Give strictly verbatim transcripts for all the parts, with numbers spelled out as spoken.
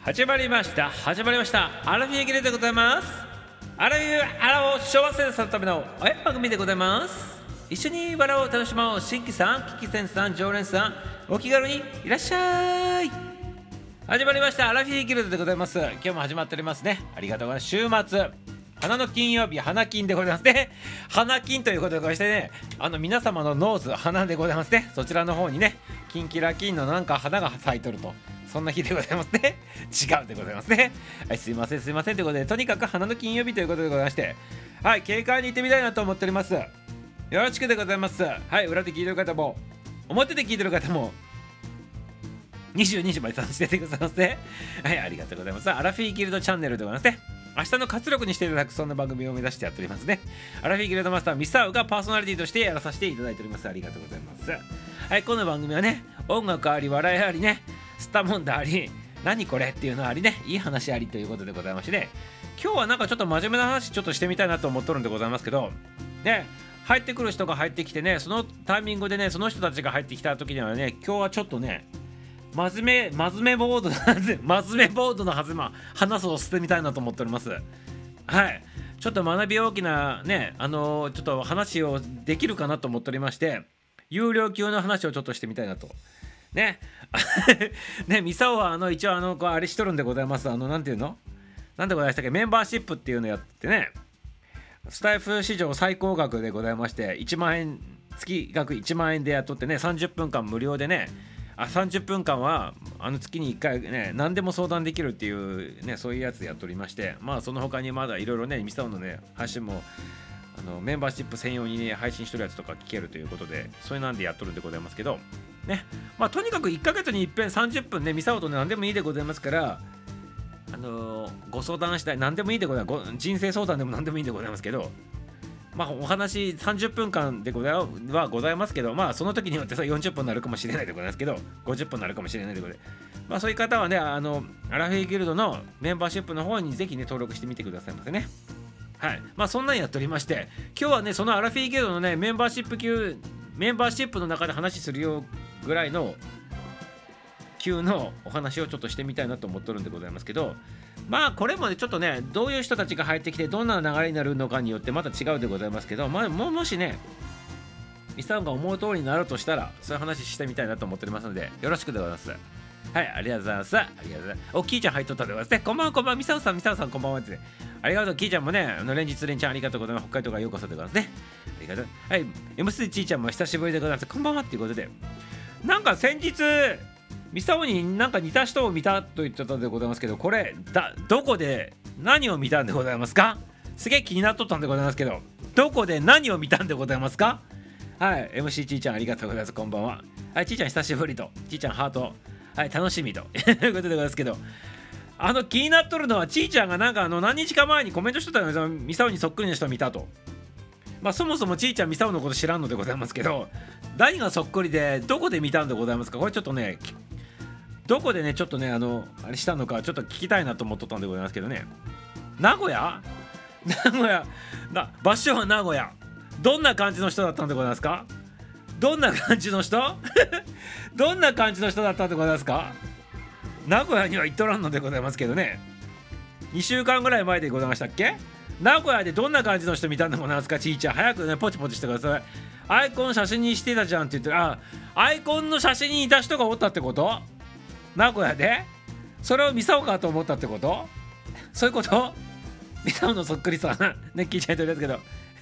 始まりました始まりましたアラフィーギルでございます。アラフィーアラを幸せにするためのおや番組でございます。一緒に笑を楽しもう。新規さん、キキセンさん、常連さん、お気軽にいらっしゃい。始まりましたアラフィーギルドでございます。今日も始まっておりますね。ありがとうございます。週末花の金曜日、花金でございますね。花金ということでございましてね、あの皆様のノーズ花でございますね。そちらの方にね、キンキラキンのなんか花が咲いとると、そんな日でございますね。違うでございますね。はい、すいませんすいませんということで、とにかく花の金曜日ということでございまして、はい、警戒に行ってみたいなと思っております。よろしくでございます。はい、裏で聞いてる方も表で聞いてる方もにじゅうにじまで楽しんでてくださいませ。はい、ありがとうございます。アラフィーギルドチャンネルでございますね。明日の活力にしていただく、そんな番組を目指してやっておりますね。アラフィーギルドマスターミサウがパーソナリティとしてやらさせていただいております。ありがとうございます。はい、この番組はね、音楽あり笑いありね、スタモンダあり、何これっていうのありね、いい話ありということでございましてね、今日はなんかちょっと真面目な話ちょっとしてみたいなと思っとるんでございますけどね、入ってくる人が入ってきてね、そのタイミングでね、その人たちが入ってきた時にはね、今日はちょっとね、真面目、真面目ボードの真面目ボードのはずま話をしてみたいなと思っております。はい、ちょっと学び大きなね、あのー、ちょっと話をできるかなと思っておりまして、有料級の話をちょっとしてみたいなとねね、ミサオはあの一応あのこうあれしとるんでございます。あのなんていうのなんでございましたっけ、メンバーシップっていうのやってね、スタイフ史上最高額でございまして、いちまんえん、月額いちまんえんで雇ってね、さんじゅっぷんかん無料でね、あさんじゅっぷんかんはあの月にいっかいね、何でも相談できるっていうね、そういうやつやっておりまして、まあその他にまだいろいろね、ミサオのね配信もあのメンバーシップ専用に、ね、配信してるやつとか聞けるということで、それなんでやっとるんでございますけどね、まあとにかくいっかげつにいっぺんさんじゅっぷんね、ミサオとね何でもいいでございますから、あのー、ご相談したい、何でもいいでございます。人生相談でも何でもいいでございますけど、まあお話さんじゅっぷんかんでございはございますけど、まあその時によってさよんじゅっぷんになるかもしれないでございますけど、ごじゅっぷんになるかもしれないでございます。まあそういう方はね、あのアラフィーギルドのメンバーシップの方にぜひね登録してみてくださいませね。はい、まあそんなんやっておりまして、今日はねそのアラフィーギルドのねメンバーシップ級メンバーシップの中で話するよぐらいの級のお話をちょっとしてみたいなと思っとるんでございますけど、まあこれもねちょっとね、どういう人たちが入ってきてどんな流れになるのかによってまた違うでございますけど、まあももしねミサオが思う通りになるとしたら、そういう話してみたいなと思っておりますので、よろしくでございます。はい、ありがとうございます。ありがとうございます。お、キーちゃん入っとったでございますね。こんばんは、こんばんは、ミサオさん、ミサオさん、こんばんはって、ね。ありがとう、キーちゃんもね、あの連日連チャンありがとうございます。北海道からようこそでございますね。ありがとう。はい、エムスリー ちーちゃんも久しぶりでございます。こんばんはっていうことで、なんか先日、ミサオになんか似た人を見たと言ってたんでございますけど、これ、だどこで何を見たんでございますか？すげえ気になっとったんでございますけど、どこで何を見たんでございますか？はい、エムシー ちーちゃんありがとうございます。こんばんは。はい、ちーちゃん久しぶりと、ちーちゃんハート。はい、楽しみということでございますけど、あの気になっとるのは、ちーちゃんがなんかあの何日か前にコメントしてたのよ、ミサオにそっくりな人見たと。まあそもそもちーちゃんミサオのこと知らんのでございますけど、何がそっくりでどこで見たんでございますか？これちょっとね、どこでねちょっとねあのあれしたのかちょっと聞きたいなと思っとったんでございますけどね。名古屋名古屋な、場所は名古屋。どんな感じの人だったんでございますか？どんな感じの人どんな感じの人だったんでございますか？名古屋には行っとらんのでございますけどね。にしゅうかんぐらい前でございましたっけ？名古屋でどんな感じの人見たんでございますか？ちーちゃん早くねポチポチしてください。アイコン写真にしてたじゃんって言って、あ、アイコンの写真にいた人がおったってこと？名古屋でそれをミサオかと思ったってこと？そういうこと？ミサオのそっくりさんね、聞いちゃいとりですけど、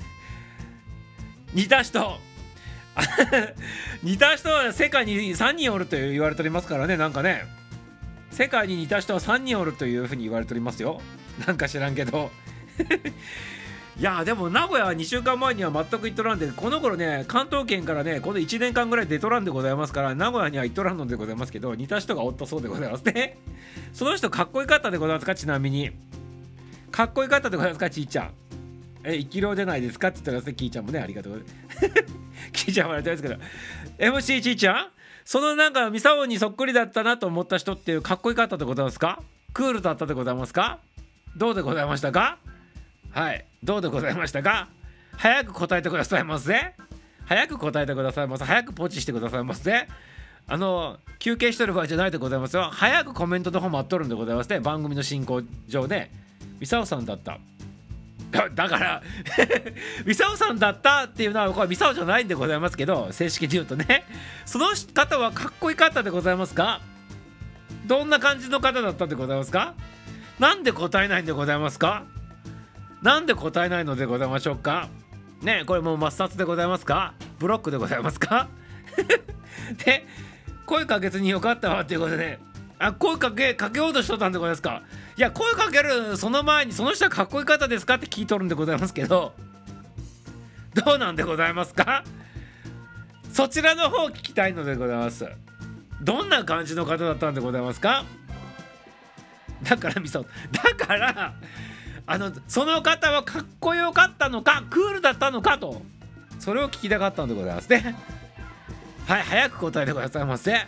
似た人似た人は世界にさんにんおると言われておりますからね。なんかね、世界に似た人はさんにんおるというふうに言われておりますよ。なんか知らんけどいやでも名古屋はにしゅうかんまえには全く行っとらんで、この頃ね関東圏からねこのいちねんかんぐらい出とらんでございますから、名古屋には行っとらんのでございますけど、似た人がおったそうでございますね。その人かっこよかったでございますか？ちなみにかっこよかったでございますか？ちーちゃん、え、生きろじゃないですかって言ったらですね、キーちゃんもね、ありがとうございますキーちゃんもありがとうございますけど、 エムシー ちーちゃん、そのなんかミサオにそっくりだったなと思った人っていう、かっこよかったでございますか？クールだったでございますか？どうでございましたか？はい、どうでございましたか？早く答えてくださいませ。早く答えてくださいませ。早くポチしてくださいませ。 あの休憩してる場合じゃないでございますよ。早くコメントの方待っとるんでございますね。番組の進行上でミサオさんだっただからミサオさんだったっていうのはこれミサオじゃないんでございますけど、正式に言うとね、その方はかっこいい方でございますか？どんな感じの方だったでございますか？なんで答えないんでございますか？なんで答えないのでございましょうかね。これもう抹殺でございますか？ブロックでございますか？で声かけずによかったわっていうことで、あ、声かけかけようとしとったんでございますか？いや、声かけるその前にその人はかっこいい方ですかって聞いとるんでございますけど、どうなんでございますか？そちらの方聞きたいのでございます。どんな感じの方だったんでございますか？だからみそだからあのその方はかっこよかったのかクールだったのかと、それを聞きたかったんでございますね。はい、早く答えてくださいませ。はい、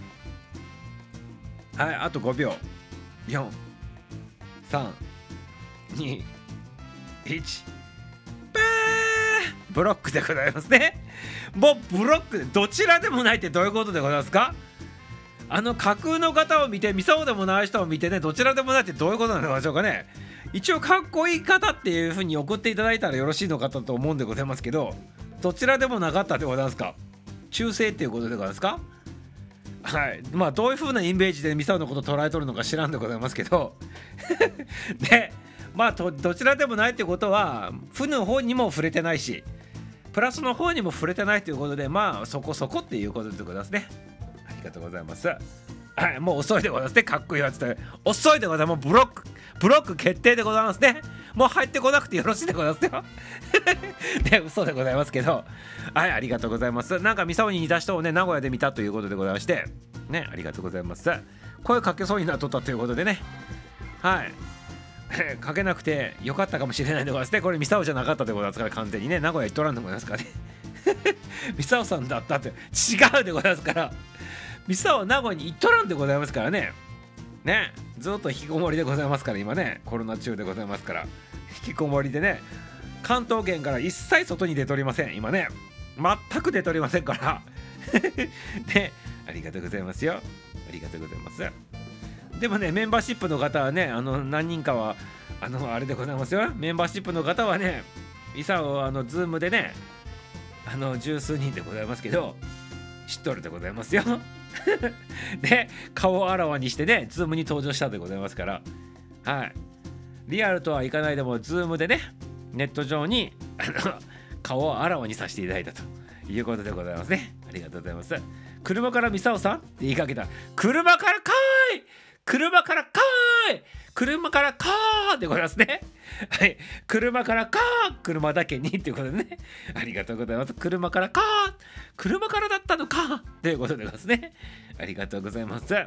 あとごびょう。よん、さん、に、いち。バーブロックでございますね。もうブロックでどちらでもないってどういうことでございますか？あの架空の方を見てミサオでもない人を見てね、どちらでもないってどういうことなのでしょうかね。一応かっこいい方っていう風に送っていただいたらよろしいのかと思うんでございますけど、どちらでもなかったでございますか？中性っていうことでございますか？はい、まあどういう風なイメージでミサオのこと捉えとるのか知らんでございますけどでまあ ど, どちらでもないってことは負の方にも触れてないしプラスの方にも触れてないということで、まあそこそこっていうことでございますね。ありがとうございます。はい、もう遅いでございますね。かっこいいやつで遅いでございます。もうブロックブロック決定でございますね。もう入ってこなくてよろしいでございますよで嘘でございますけど、はい、ありがとうございます。なんかミサオに似た人をね名古屋で見たということでございましてね、ありがとうございます。声かけそうになっとったということでね、はいかけなくてよかったかもしれないでございますね。これミサオじゃなかったでございますから、完全にね名古屋行っとらんでございますからねミサオさんだったって違うでございますから、ミサオは名古屋に行っとらんでございますからね。ね、ずっと引きこもりでございますから今ね、コロナ中でございますから引きこもりでね、関東圏から一切外に出とりません今ね、全く出とりませんからね、ありがとうございますよ。ありがとうございます。でもねメンバーシップの方はね、あの何人かはあのあれでございますよ。メンバーシップの方はねミサオあのズームでねあの十数人でございますけど知っとるでございますよで顔をあらわにしてねズームに登場したでございますから、はい、リアルとはいかないでもズームでねネット上にあの顔をあらわにさせていただいたということでございますね。ありがとうございます。車からミサオさんって言いかけた。車からかーい車からかーい車からかーでございますね。はい、車からかー車だけにっていうことでね、ありがとうございます。車からかー車からだったのかということでございますね。ありがとうございます。はい、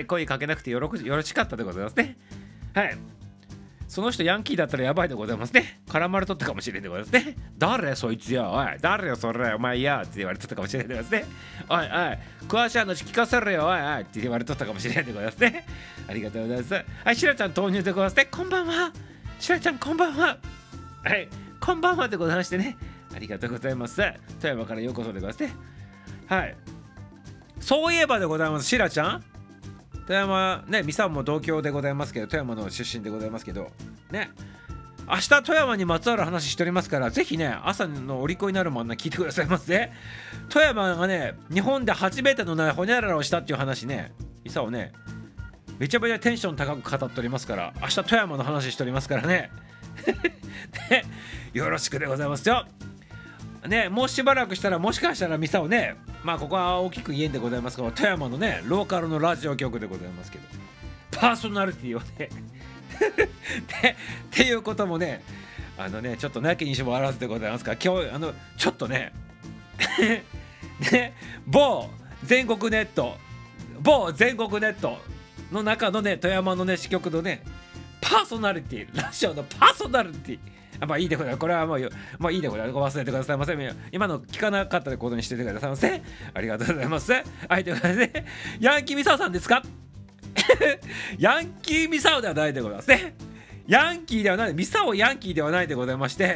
声かけなくてよろよろしかったでございますね。はい、その人ヤンキーだったらやばいでございますね。絡まれとったかもしれんでございますね。誰そいつよ、おい誰よそれお前やって言われとったかもしれんでございますね。おいおい詳しい話聞かせるよおいおいって言われとったかもしれんでございますね。ありがとうございます。はい、シラちゃん投入でございますね。こんばんはシラちゃん、こんばんは。はい、こんばんはでございましてね、ありがとうございます。富山からようこそでございますね。はい、そういえばでございます。シラちゃん富山ね、ミサも同郷でございますけど、富山の出身でございますけどね、明日富山にまつわる話しておりますから、ぜひね朝のお利口になるもんな聞いてくださいませ。富山がね日本で初めてのねホニャララをしたっていう話ね、ミサをねめちゃめちゃテンション高く語っておりますから、明日富山の話しておりますからねね、よろしくでございますよね。もうしばらくしたらもしかしたらミサをね、まあここは大きく言えんでございますが、富山のねローカルのラジオ局でございますけど、パーソナリティをねでっていうこともね、あのねちょっとなきにしもあらずでございますから、今日あのちょっとねね某全国ネット某全国ネットの中のね富山のね支局のねパーソナリティラジオのパーソナリティ、あ、まあいいでございます。これはもう、まあいいでございます。忘れてくださいませ。今の聞かなかったことにしててくださいませ。ありがとうございます。はい、ということでね、ヤンキーミサオさんですかヤンキーミサオではないでございますね。ヤンキーではない、ミサオヤンキーではないでございまして、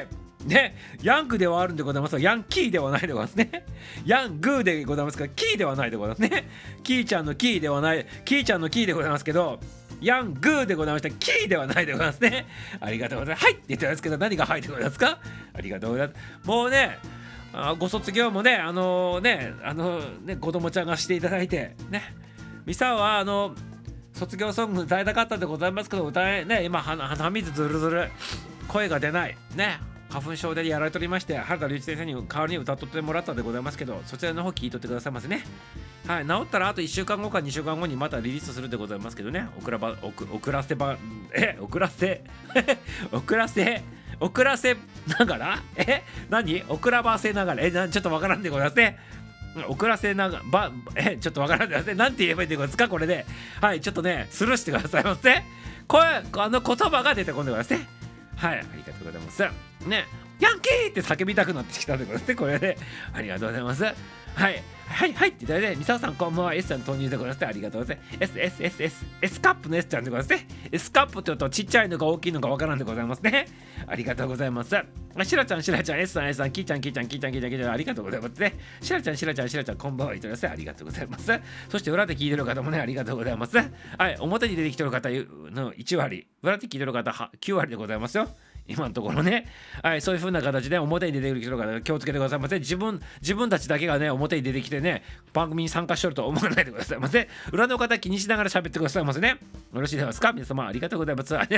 ね、ヤングではあるんでございますが、ヤンキーではないでございますね。ヤングーでございますが、キーではないでございますね。キーちゃんのキーではない、キーちゃんのキーでございますけど、ヤングーでございました。キーではないでございますね。ありがとうございます。はいって言ってますけど、何がはいでございますか？ありがとうございます。もうね、あご卒業もね、あのー、ね、あのー、ね、子供ちゃんがしていただいて、ね、ミサはあの卒業ソング歌いたかったでございますけど、歌えね、今鼻水ずるずる、声が出ないね。花粉症でやられておりまして、原田隆一先生に代わりに歌っとってもらったでございますけど、そちらの方聞いとってくださいませね。はい、治ったらあといっしゅうかんごかにしゅうかんごにまたリリースするでございますけどね。遅らば遅らせばえ遅らせ遅らせ遅らせながらえ何遅らばせながらえなちょっとわからんでございますね。遅らせながらばえちょっとわからんでございますね。なんて言えばいいんでございますかこれで。はい、ちょっとねスルーしてくださいませ。これあの言葉が出てこんでございますね。はい、ありがとうございます。ね、ヤンキーって叫びたくなってきたということで、これで、ありがとうございます。はい、はい、はいって言ったらね、ミサオさんこんばんは、S ちゃん投入でございます。ありがとうございます。S、S、S、S、S カップの S ちゃんでございますね。S カップって言うとちっちゃいのか大きいのかわからんでございますね。ありがとうございます。シラちゃん、シラちゃん、S さん、S さん、キーちゃん、キーちゃん、キーちゃん、キーちゃん、キーちゃん、ありがとうございますね。シラちゃん、シラちゃん、シラちゃん、こんばんは、言ってください。ありがとうございます。そして裏で聞いてる方もね、ありがとうございます。はい、表に出てきてる方のいちわり、裏で聞いてる方きゅうわりでございますよ。今のところね、はい、そういう風な形で表に出てくる人が気をつけてくださいませ。自分自分たちだけがね表に出てきてね番組に参加しとると思わないでくださいませ。裏の方気にしながら喋ってくださいませね。よろしいですか皆様。ありがとうございます。はい、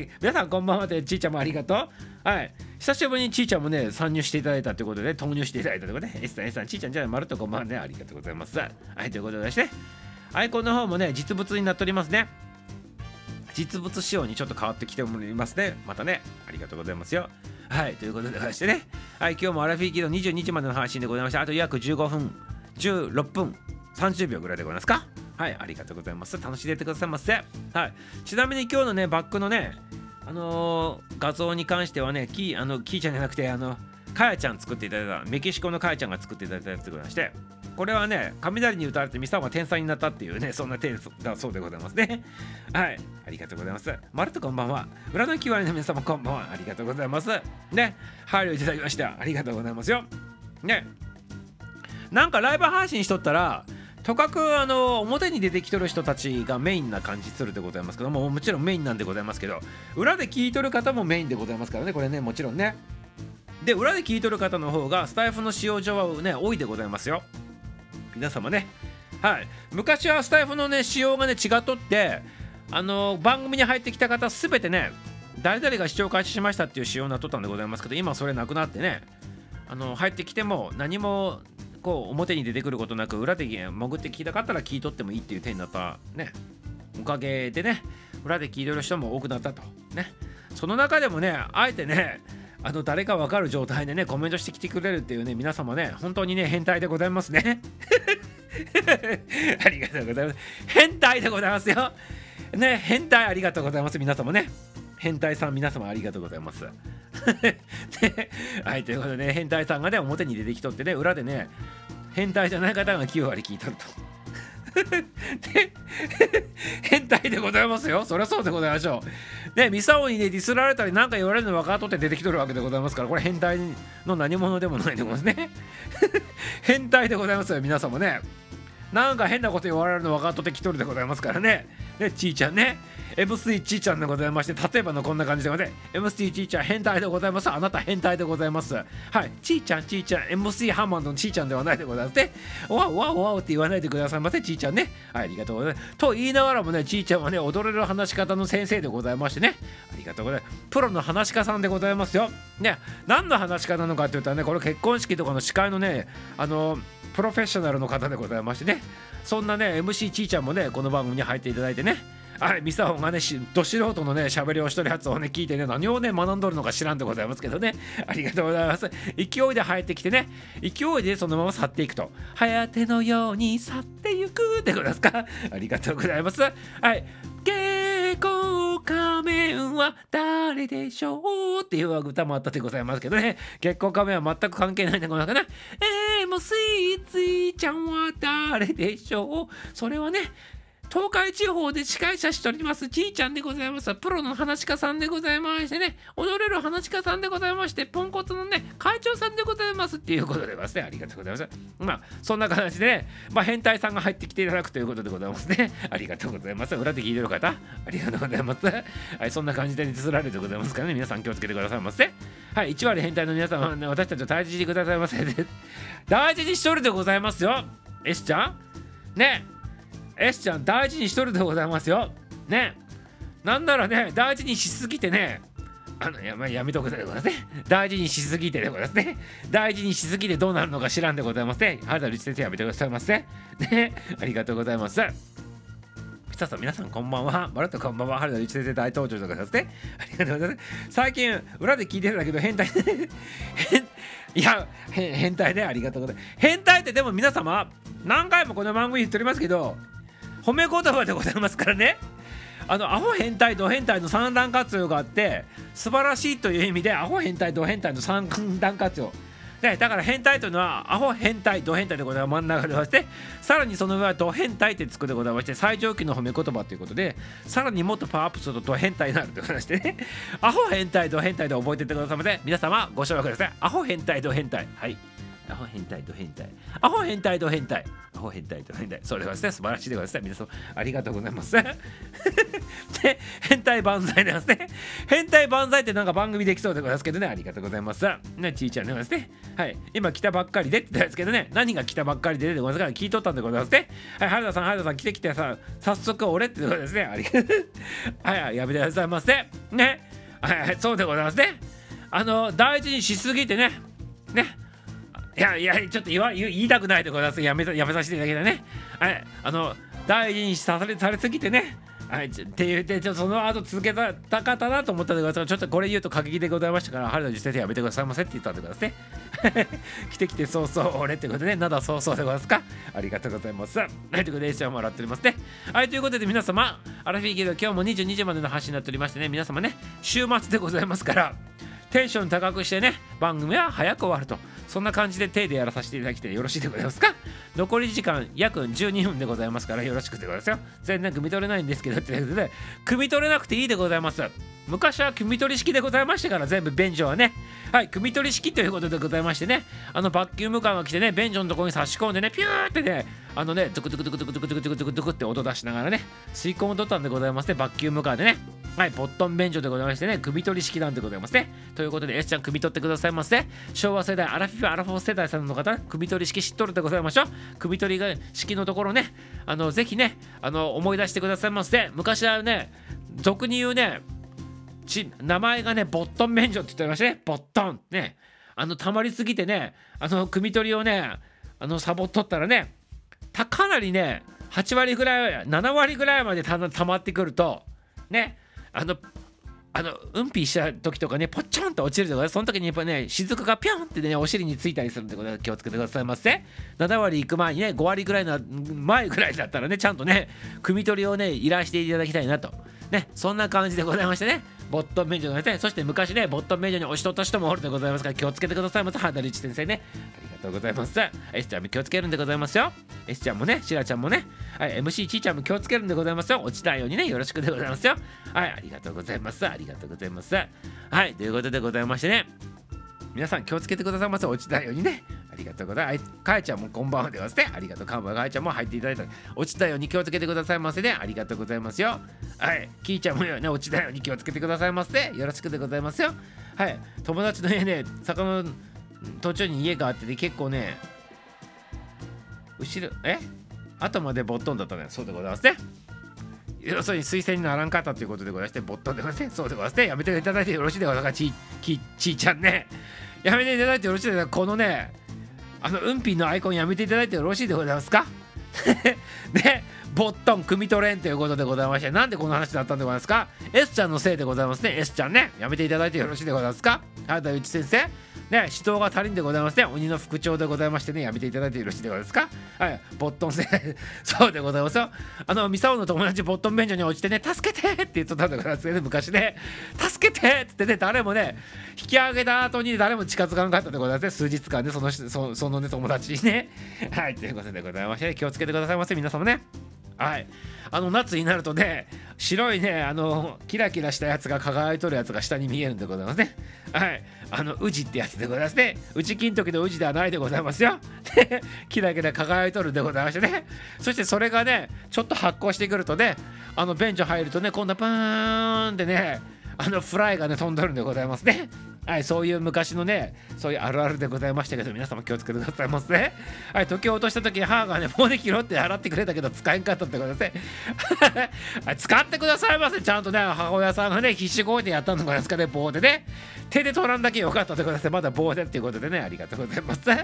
皆さんこんばんはで、ちーちゃんもありがとう。はい、久しぶりにちーちゃんもね参入していただいたということで、投入していただいたということで、 S さん S さん、ちーちゃんじゃあまるっとこんばんはね、ありがとうございます。はい、ということでしてアイコンの方もね実物になっておりますね。実物仕様にちょっと変わってきておりますね。またね、ありがとうございますよ。はい、ということでございましてね、はい、今日もアラフィーキーのにじゅうにじまでの配信でございました。あと約じゅうごふん、じゅうろっぷん、さんじゅうびょうぐらいでございますか。はい、ありがとうございます。楽しんでいってくださいませ。はい、ちなみに今日のね、バックのね、あのー、画像に関してはね、キー、あの、キーちゃんじゃなくて、あの、かやちゃん作っていただいた、メキシコのかやちゃんが作っていただいたやつでございまして、これはね、雷に打たれてミサオが天才になったっていうね、そんな点だそうでございますね。はい、ありがとうございます。まるっとこんばんは。裏のきゅうわりの皆様こんばんは。ありがとうございます。ね、配慮いただきましてありがとうございますよ。ね、なんかライブ配信しとったら、とかくあの表に出てきとる人たちがメインな感じするでございますけども、もちろんメインなんでございますけど、裏で聞いとる方もメインでございますからね、これね、もちろんね。で、裏で聞いとる方の方がスタイフの使用上はね、多いでございますよ。皆様ね、はい、昔はスタイフのね仕様がね違っとって、あの番組に入ってきた方すべてね誰々が視聴開始しましたっていう仕様になっとったんでございますけど、今それなくなってね、あの入ってきても何もこう表に出てくることなく、裏で潜って聞きたかったら聞いとってもいいっていう点になったねおかげでね、裏で聞いてる人も多くなったとね。その中でもね、あえてねあの誰か分かる状態でねコメントしてきてくれるっていうね、皆様ね本当にね変態でございますね。ありがとうございます。変態でございますよね。変態ありがとうございます。皆様ね、変態さん皆様ありがとうございます。で、はい、ということでね、変態さんがね表に出てきとってね、裏でね変態じゃない方がきゅうわり聞いとると。で変態でございますよ。そりゃそうでございましょう。ね、ミサオにねディスられたりなんか言われるの分かっとって出てきとるわけでございますから、これ変態の何者でもないでございますね。変態でございますよ皆様ね。なんか変なこと言われるの分かっとってきとるでございますからね。ね、ちーちゃんね、 エムシー ちーちゃんでございまして、例えばのこんな感じでございます。 エムシー ちーちゃん変態でございます。あなた変態でございます。はい、ちーちゃんちーちゃん エムシー ハンマーのちーちゃんではないでございますね。わわわわって言わないでくださいませ、ちーちゃんね。はい、ありがとうございます。と言いながらもね、ちーちゃんはね踊れる話し方の先生でございましてね、ありがとうございます。プロの話し家さんでございますよね。何の話し家なのかって言ったらね、これ結婚式とかの司会のね、あのプロフェッショナルの方でございましてね、そんなね エムシー ちーちゃんもねこの番組に入っていただいてね、はい、ミサオがねど素人のね喋りをしとるやつをね聞いてね、何をね学んどるのか知らんでございますけどね、ありがとうございます。勢いで入ってきてね、勢いでそのまま去っていくと、早手のように去ってゆくでございますか。ありがとうございます。はい、結構仮面は誰でしょうっていう歌もあったでございますけどね、結構仮面は全く関係ないんでございますかね。えー、もうスイーツイちゃんは誰でしょう、それはね東海地方で司会者しておりますちーちゃんでございます。プロの話家さんでございましてね、踊れる話家さんでございまして、ポンコツのね会長さんでございますっていうことでございますね。ありがとうございます。まあそんな形でね、まあ変態さんが入ってきていただくということでございますね。ありがとうございます。裏で聞いてる方ありがとうございます。はい、そんな感じでディスられてございますからね、皆さん気をつけてくださいませ。はい、いち割変態の皆さんは、ね、私たちを大事にしてくださいませ。大事にしとるでございますよ。S ちゃんね、S ちゃん大事にしとるでございますよね。なんならね、大事にしすぎてね、あのや, まあ、やめとくでございますね。大事にしすぎてでございますね。大事にしすぎてどうなるのか知らんでございますね。原田律先生やめてくださいませね。ありがとうございます。さあさあ皆さんこんばんは。バラッとこんばんは。原田律先生大登場でございますね。ありがとうございます。最近裏で聞いてたけど変態いや変態ね。ありがとうございます。変態ってでも皆様何回もこの番組言っておりますけど、褒め言葉でございますからね。あのアホ変態ド変態の三段活用があって、素晴らしいという意味でアホ変態ド変態の三段活用で、だから変態というのはアホ変態ド変態でございます。真ん中でございまして、さらにその上はド変態ってつくでございまして、最上級の褒め言葉ということで、さらにもっとパワーアップするとド変態になるという話でね、アホ変態ド変態で覚えていってくださいませ。皆様ご承諾ください。アホ変態ド変態、はい、アホ変態ド変態、アホ変態ド変態、アホ変態ド変態、それはですね素晴らしいでございます。皆さんありがとうございますで、変態万歳でございますね。変態万歳ってなんか番組できそうでございますけどね、ありがとうございますね。ちーちゃんでございますね。はい、今来たばっかりでって言ったんですけどね、何が来たばっかりででございますから聞いとったんでございますね。はい、原田さん原田さん来てきてさ、早速俺ってことですね。ありがとうはい、やめてくださいませね。はい、そうでございますね。あの大事にしすぎてねね、いやいやちょっと言わ言いたくないでございます。やめやめさせていただきたいね。はい、あの大事にされされすぎてね、はい、って言ってちょっとその後続けたたかったなと思ったんでございます。ちょっとこれ言うと過激でございましたから、原田先生やめてくださいませって言ったんでくださいね。来て来てそうそう俺ってことでね、なんだそうそうでございますか。ありがとうございます。はい、ということで、エーシーもらっておりますね。はい、ということで皆様、アラフィーゲート今日もにじゅうにじまでの発信になっておりましてね、皆様ね、週末でございますから、テンション高くしてね、番組は早く終わると、そんな感じで手でやらさせていただきてよろしいでございますか。残り時間約じゅうにふんでございますからよろしくでございますよ。全然汲み取れないんですけどってことで、汲み取れなくていいでございます。昔は汲み取り式でございましたから、全部便所はね、はい、汲み取り式ということでございましてね、あのバッキュームカーが来てね、便所のところに差し込んでね、ピューってね、あのね、ドクドクドクドクドクドクドクドクドクって音出しながらね、吸い込むとったんでございますね、バッキュームカーでね。はい、ポットン便所でございましてね、汲み取り式なんでございますね。ということで、Sちゃん汲み取ってくださいませ。昭和世代、アラフィフ、アラフォー世代さんの方、汲み取り式知っとるでございましょう。汲み取り式のところね、あのぜひね、あの思い出してくださいませ。昔はね、俗に言うね、ち名前がね、ボットン便所って言っておりましてね、ボットンね、あの溜まりすぎてね、あの汲み取りをね、あのサボっとったらね、たかなりね、はち割ぐらい、なな割ぐらいまでた溜まってくるとね、あのあのうんぴした時とかね、ポチョンと落ちるとか、その時にやっぱね、雫がピョンってね、お尻についたりするんでことで気をつけてくださいませ。なな割いく前にね、ご割ぐらいの前ぐらいだったらね、ちゃんとね、汲み取りをね、依頼していただきたいなと。ね、そんな感じでございましてね、ボットン便所のね、そして昔ね、ボットン便所に押しとった人もおるでございますから、気をつけてくださいませ。原田律先生ね、ありがとうございます。S ちゃんも気をつけるんでございますよ。S ちゃんもね、シラちゃんもね、はい、エムシー ちーちゃんも気をつけるんでございますよ。落ちないようにね、よろしくでございますよ。はい、ありがとうございます。ありがとうございます。はい、ということでございましてね、皆さん気をつけてくださいませ。落ちないようにね。ありがとうございます。かえちゃんもこんばんはでございますね。ありがとう。かんばんはかえちゃんも入っていただいた。落ちたように気をつけてくださいませね。ありがとうございますよ。はい。きーちゃんもね、落ちたように気をつけてくださいませ。よろしくでございますよ。はい。友達の家ね、坂の途中に家があってね、結構ね、後ろ、え後までボットンだったね。そうでございますね。要するに推薦にならんかったということでございまして、ボットンでございますね。そうでございますね。やめていただいてよろしいでございますか。ちー、ちーちゃんね。やめていただいてよろしいでございますか。このね、あのうんぴんのアイコンやめていただいてよろしいでございますか。ね、ボットン組み取れんということでございまして、なんでこの話だったんでございますか。 S ちゃんのせいでございますね。 S ちゃんね、やめていただいてよろしいでございますか。原田内先生ね、指導が足りんでございますね。鬼の副長でございましてね、やめていただいてよろしいでございますか。はい、ボットンせいそうでございますよ。あのミサオの友達ボットン便所に落ちてね、助けてって言っとったんでございますね、昔ね。助けてってってね、誰もね、引き上げた後に誰も近づかなかったでございますね。数日間ね、そのそそのね友達にね。はい、ということでございまして、気をつけてくださいませ、皆様ね。 はい、あの夏になるとね、白いね、あのキラキラしたやつが輝いとるやつが下に見えるんでございますね。はい、あの宇治ってやつでございますね。宇治金時の宇治ではないでございますよ。キラキラ輝いとるんでございましてね。そしてそれがね、ちょっと発酵してくるとね、あの便所入るとね、今度はパーンってね、あのフライがね飛んどるんでございますね。はい、そういう昔のね、そういうあるあるでございましたけど、皆様気をつけてくださいませね。はい、時を落とした時に母がね、棒で切ろうって洗ってくれたけど使えんかったってことで、ね、はい、使ってくださいませ。ちゃんとね、母親さんがね、必死こいてやったのがですかね、棒でね、手で取らんだけよかったってことで、まだ棒でっていうことでね、ありがとうございます。はい、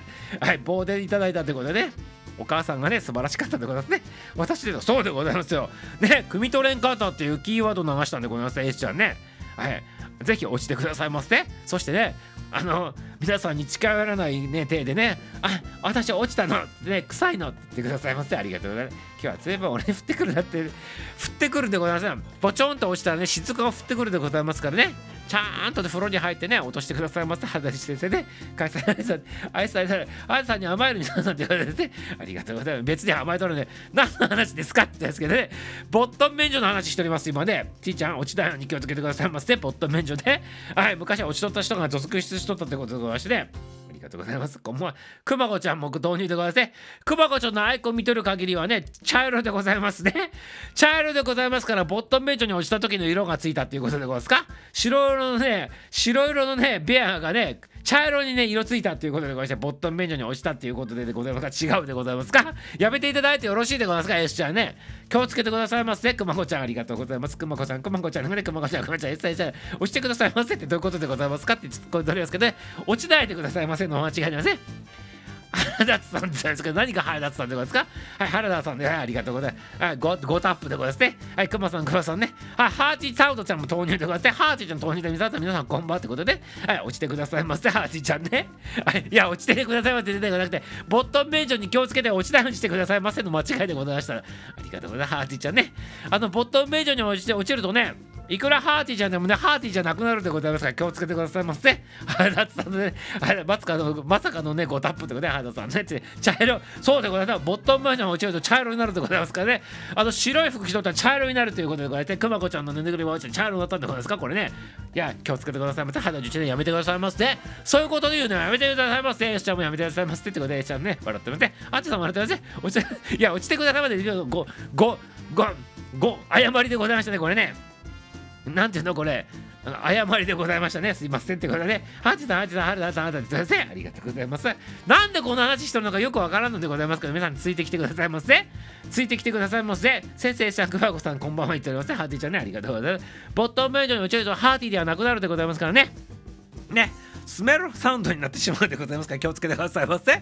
棒でいただいたってことでね、お母さんがね、素晴らしかったってことですね。私でそうでございますよ。ね、汲み取れんかったっていうキーワード流したんでございます、S ちゃんね。はい、ぜひ落ちてくださいませ。そしてね、あの皆さんに近寄らないね手でね、あ、私落ちたのってね、臭いのって言ってくださいませ。ありがとうございます。今日は全部俺に降ってくるなって、降ってくるでございます。ポチョンと落ちたらね、雫が降ってくるでございますからね、ちゃんと風呂に入ってね、落としてくださいませ。肌に先生ね、かいさん、あいさん、あいさん、あいさんに甘える皆さんって言われて、ね、ありがとうございます。別に甘えとるね、何の話ですかって言うんですけどね、ボットン免除の話しております、今ね。ちーちゃん、落ちないように気をつけてくださいませ。ボットン免除ね。はい、昔は落ちとった人が続出しとったってことでございましてね。ありがとうございます。こんばんは。くまこちゃんも導入でございますね。くまこちゃんのアイコン見とる限りはね、茶色でございますね。茶色でございますから、ボットン免除に落ちた時の色がついたっていうことでございますか。白色のね、白色のね、ベアがね、茶色にね、色ついたっていうことでございまして、ボットン免除に落ちたっていうことでございますが、違うでございますか。やめていただいてよろしいでございますか、S ちゃんね。気をつけてくださいませ。くまこちゃん、ありがとうございます。くまこちゃん、くまこちゃん、くまこちゃん、くまこちゃん、S ちゃん、押してくださいませってどういうことでございますかって突っ込んでおりますけどね、落ちないでくださいませの間違いありません。原田さんですけど、何が原田さんでございますか。はい、原田さんで、はい、ありがとうございます。はい、ご、ごタップでございますね。はい、くまさん、くまさんね。はい、ハーティーサウンドちゃんも投入でございますね。ハーティーちゃん投入で皆さん、皆さんこんばんはってことで、はい、落ちてくださいませ。ハーティーちゃんね。はい、いや、落ちてくださいませではなくて、ボットン免除に気をつけて落ちないようにしてくださいませの間違いでございました。ありがとうございます。ハーティーちゃんね。あの、ボットン免除に落ちて落ちるとね、いくらハーティーちゃんでもね、ハーティーじゃなくなるでございますから、気をつけてくださいませ。原田さんのね、まさかの、まさかのね、ごタップってことで、原田さんね、茶色、そうでございます。ボットン免除に落ちると茶色になるでございますからね、あの白い服着とったら茶色になるということでございまして、くまこちゃんのぬいぐるみが落ちて茶色になったんでございますか、これね。いや、気をつけてくださいませ。肌の受でやめてくださいませ。そういうことで言うのはやめてくださいませ。よしちゃんもやめてくださいませってことで、よしちゃんね、笑ってません。あっちさんも笑ってません。落ちて、いや、落ちてくださいませ。ご、ご、ご、ご、誤りでございましたね、これね。なんていうのこれ、誤りでございましたね。すいませんってことでね。ハチさん、ハチさん、ハルダさん、ハルダさん、ありがとうございます。なんでこの話してるのかよくわからんのでございますけど、皆さんついてきてくださいませ。ついてきてくださいませ。先生、シャンクバーゴさん、こんばんは言っておりますね。ハーティーちゃんね、ありがとうございます。ボットン免除に落ちるとハーティーではなくなるでございますからね。ね。スメルサウンドになってしまうでございますから気をつけてくださいませ。はい、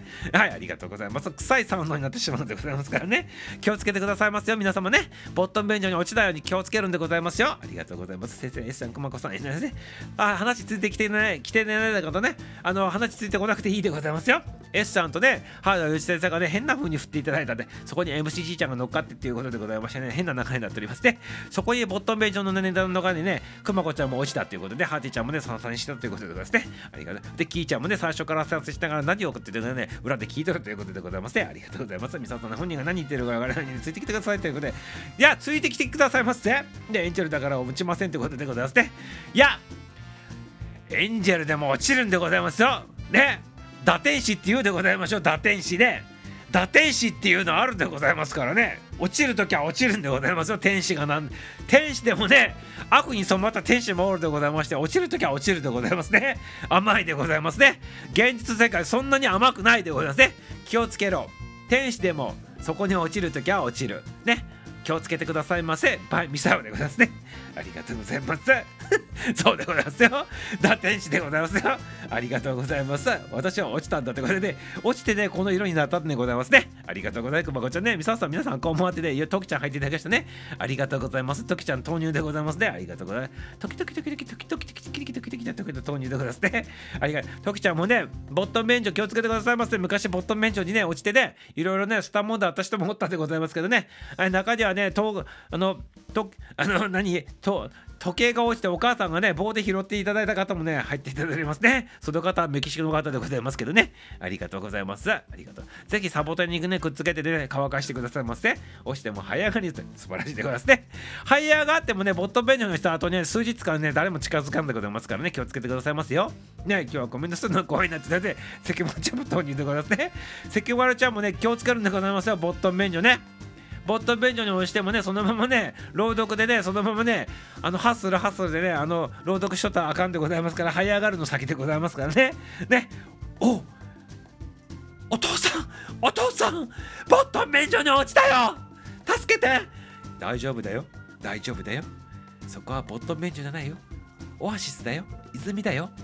ありがとうございます。臭いサウンドになってしまうでございますからね、気をつけてくださいますよ。皆様ね、ボットン便所に落ちないように気をつけるんでございますよ。ありがとうございます。先生、S さん、くまこさん、ね、あ、話ついてきてない来てないだからね、あの話ついてこなくていいでございますよ。S ちゃんとね、原田芳先生がね、変な風に振っていただいたんで、そこに エムシーシー ちゃんが乗っかってっていうことでございましてね、変な中になっておりますね。そこにボットン便所の値段の中にね、くまこちゃんも落ちたということで、ハーティーちゃんもね、参戦したということでございますね。ありがとう。で、キーちゃんもね、最初から参戦しながら何を送ってるのね、裏で聞いてるということでございますね。ありがとうございます。みさとの本人が何言ってるかわからないのについてきてくださいということで、いや、ついてきてくださいませ。で、エンジェルだから落ちませんということでございますね。いや、エンジェルでも落ちるんでございますよ。ね、打天使って言うでございましょう。打天使ね。打天使っていうのあるんでございますからね。落ちるときは落ちるんでございますよ。天使がなん天使でもね、悪に染まった天使もおるでございまして、落ちるときは落ちるでございますね。甘いでございますね。現実世界そんなに甘くないでございますね。気をつけろ。天使でもそこに落ちるときは落ちるね。気をつけてくださいませ。バイミサオでございますね。ありがとうございます。そうでございますよ。打天使でございますよ。ありがとうございます。私は落ちたんだってことで、落ちてね、この色になったんでございますね。ありがとうございます。くまこちゃんね、みさおさん、皆さんこんばんはってね、トキちゃん入っていただきましたね。ありがとうございます。トキちゃん投入でございますね。ありがとうございます。トキトキトキトキトキトキトキトキトキトキトキトキトキ投入でございますね。ありがとう。トキちゃんもね、ボットン免除気をつけてくださいませ。昔ボットン免除にね、落ちてね、いろいろね、スタンモンであった人もおったんでございますけどね、中にはね、あのとあの何と時計が落ちてお母さんがね棒で拾っていただいた方もね入っていただいてますね。その方はメキシコの方でございますけどね、ありがとうございます。ありがとう。ぜひサボテンにねくっつけてね乾かしてくださいませ。押しても這い上がり素晴らしいでございますね。這い上がってもねボット便所の人はあとね数日間ね誰も近づかんでございますからね、気をつけてくださいますよね。今日はコメントするの怖いなってで関丸ちゃんも投入でございますね。関丸ちゃんもね気をつけるんでございますよ。ボット便所ね、ボット便所に押してもねそのままね朗読でねそのままねあのハッスルハッスルでねあの朗読しとったらあかんでございますから、這い上がるの先でございますからね。ね、おお父さんお父さんボット便所に落ちたよ、助けて。大丈夫だよ大丈夫だよ、そこはボット便所じゃないよ、オアシスだよ、泉だよ。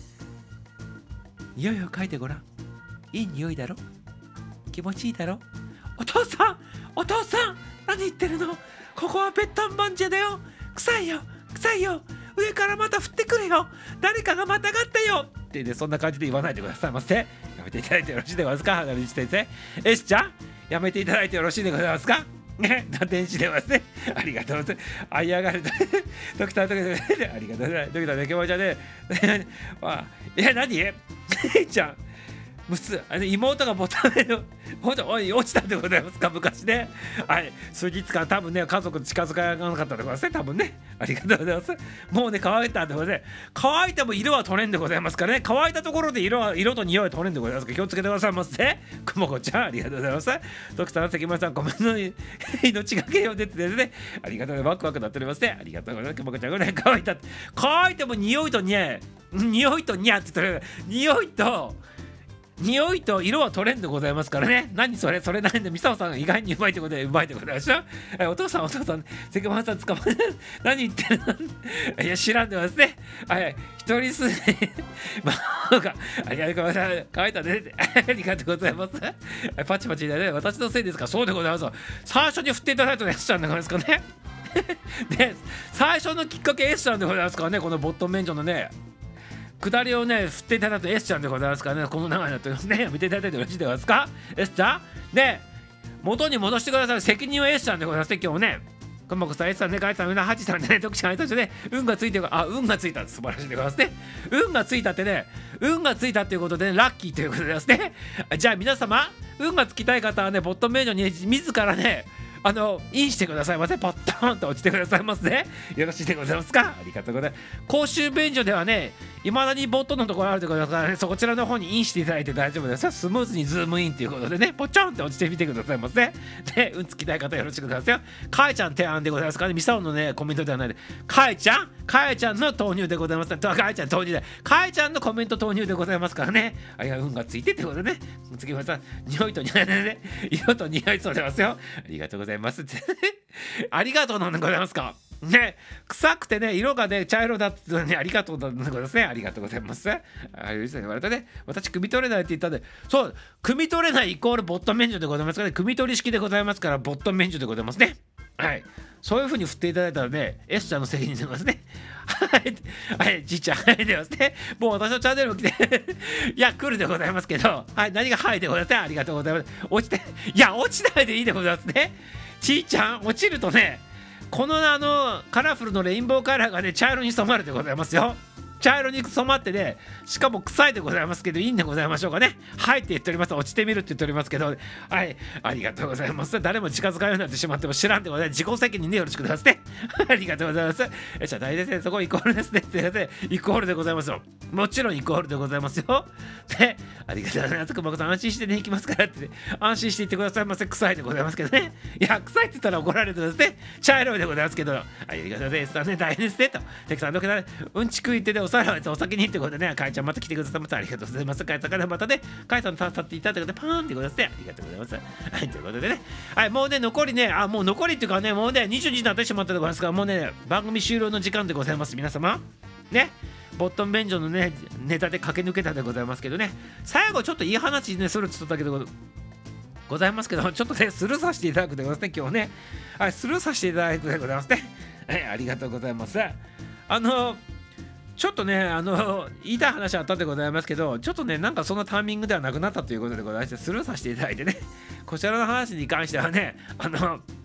匂いを嗅いでごらん、いい匂いだろ、気持ちいいだろ。お父さんお父さん何言ってるの、ここはペッタンバンジェだよ、臭いよ臭いよ、上からまた降ってくるよ、誰かがまたがったよってね、そんな感じで言わないでくださいませ。やめていただいてよろしいでございますか。花道先生エスちゃんやめていただいてよろしいでございますかね、打天使でますね。ありがとうございます。あい上がるドクタードクターありがとうございます。ドクターの気持ちはねいや何えちゃんむつあの妹がボタンでおい落ちたでございますか昔ね。はい、数日間多分ね家族近づかなかったでございますね多分ね。ありがとうございます。もうね乾いたでございます。乾いても色は取れんでございますからね。乾いたところで色は色と匂いは取れんでございますから気をつけてくださいませ。くもこちゃんありがとうございます。ドクター関村さんごめんの命がけよ出てですね。ありがとうございます。ワクワクなっておりますね。ありがとうございます。くもこちゃんがね乾いた乾いても匂いとにゃ匂いとにゃって言って匂いと匂いと色は取れんでございますからね。何それそれなんでミサオさんが意外にうまいってことでうまいってことでしょ。お父さんお父さん関間さん捕まえ何言ってるのいや知らんでますね。はい一人すまあがありがとうございます。乾いたねありがとうございます。パチパチだね私のせいですか。そうでございます。最初に振っていただいたの S ちゃんでございますかね。で最初のきっかけ S ちゃんでございますからね。このボット免除のね下りをね振っていただくと S ちゃんでございますからね。この流れになってますね。見ていただいてよろしいでございますか S ちゃんで元に戻してください。責任は S ちゃんでございますね。今日ねくまこさん S さんねかいさんみんなはちさんでね徳ちゃんあいたちね運がついてるあ運がついた素晴らしいでございますね。運がついたってね運がついたっていうことで、ね、ラッキーということですね。じゃあ皆様運がつきたい方はねボット免除に自らねあのインしてくださいませ。パッターンと落ちてくださいますね。よろしいでございますか。ありがとうございます。公衆便所ではねいまだにボットのところあるでございますからね、そこちらの方にインしていただいて大丈夫です。スムーズにズームインということでねポチョンって落ちてみてくださいませ。で運つきたい方よろしくくださいよ。かえちゃん提案でございますからね。ミサオのねコメントではないでかえちゃんかえちゃんの投入でございます。かえちゃん投入でかえちゃんのコメント投入でございますからね。あいや運がついてってことでね次また匂いと匂いでね色と匂いそうでますよ。ありがとうございますってありがとうなんでございますかね。臭くてね色がね茶色だってねありがとうなんでございますね。ありがとうございます。ああいう人に言われたね私汲み取れないって言ったんでそう汲み取れないイコールボット免除でございますからね。汲み取り式でございますからボット免除でございますね。はいそういう風に振っていただいたらね S ちゃんの責任でございますね。はいはいじいちゃんはいでますね。もう私のチャンネルも来ていや来るでございますけどはい何がはいでございますね。ありがとうございます。落ちていや落ちないでいいでございますね。ちいちゃん落ちるとねこのあのカラフルのレインボーカラーがね茶色に染まるでございますよ。茶色に染まってねしかも臭いでございますけどいいんでございましょうかね。はいって言っております。落ちてみるって言っておりますけどはいありがとうございます。誰も近づかないようになってしまっても知らんでございます。自己責任でよろしくくださいねありがとうございます。えじゃあ大先生そこイコールですねって言ってイコールでございますよ。もちろんイコールでございますよ。でありがとうございます。熊子さん安心してね行きますからって、ね、安心していってくださいませ。臭いでございますけどねいや臭いって言ったら怒られてですね茶色いでございますけどありがとうございますね大変ですねとテクさんどけだうんち食いってでお皿はお先にってことでねかいちゃんまた来てくださいませ。ありがとうございます。かいさんからまたねかいさんと立っていただいてパーンってことですね。ありがとうございます。はいということでねはいもうね残りねあもう残りっていうかねもうねにじゅうじになってしまったでございますからもうね番組終了の時間でございます。皆様ねボットン便所のねネタで駆け抜けたでございますけどね最後ちょっといい話ねするっつったけどございますけどちょっとねスルーさせていただくでございますね今日ねはいスルーさせていただくでございますねはいありがとうございます。あのちょっとねあの言いたい話あったでございますけどちょっとねなんかそのタイミングではなくなったということでございましてスルーさせていただいてねこちらの話に関してはねあの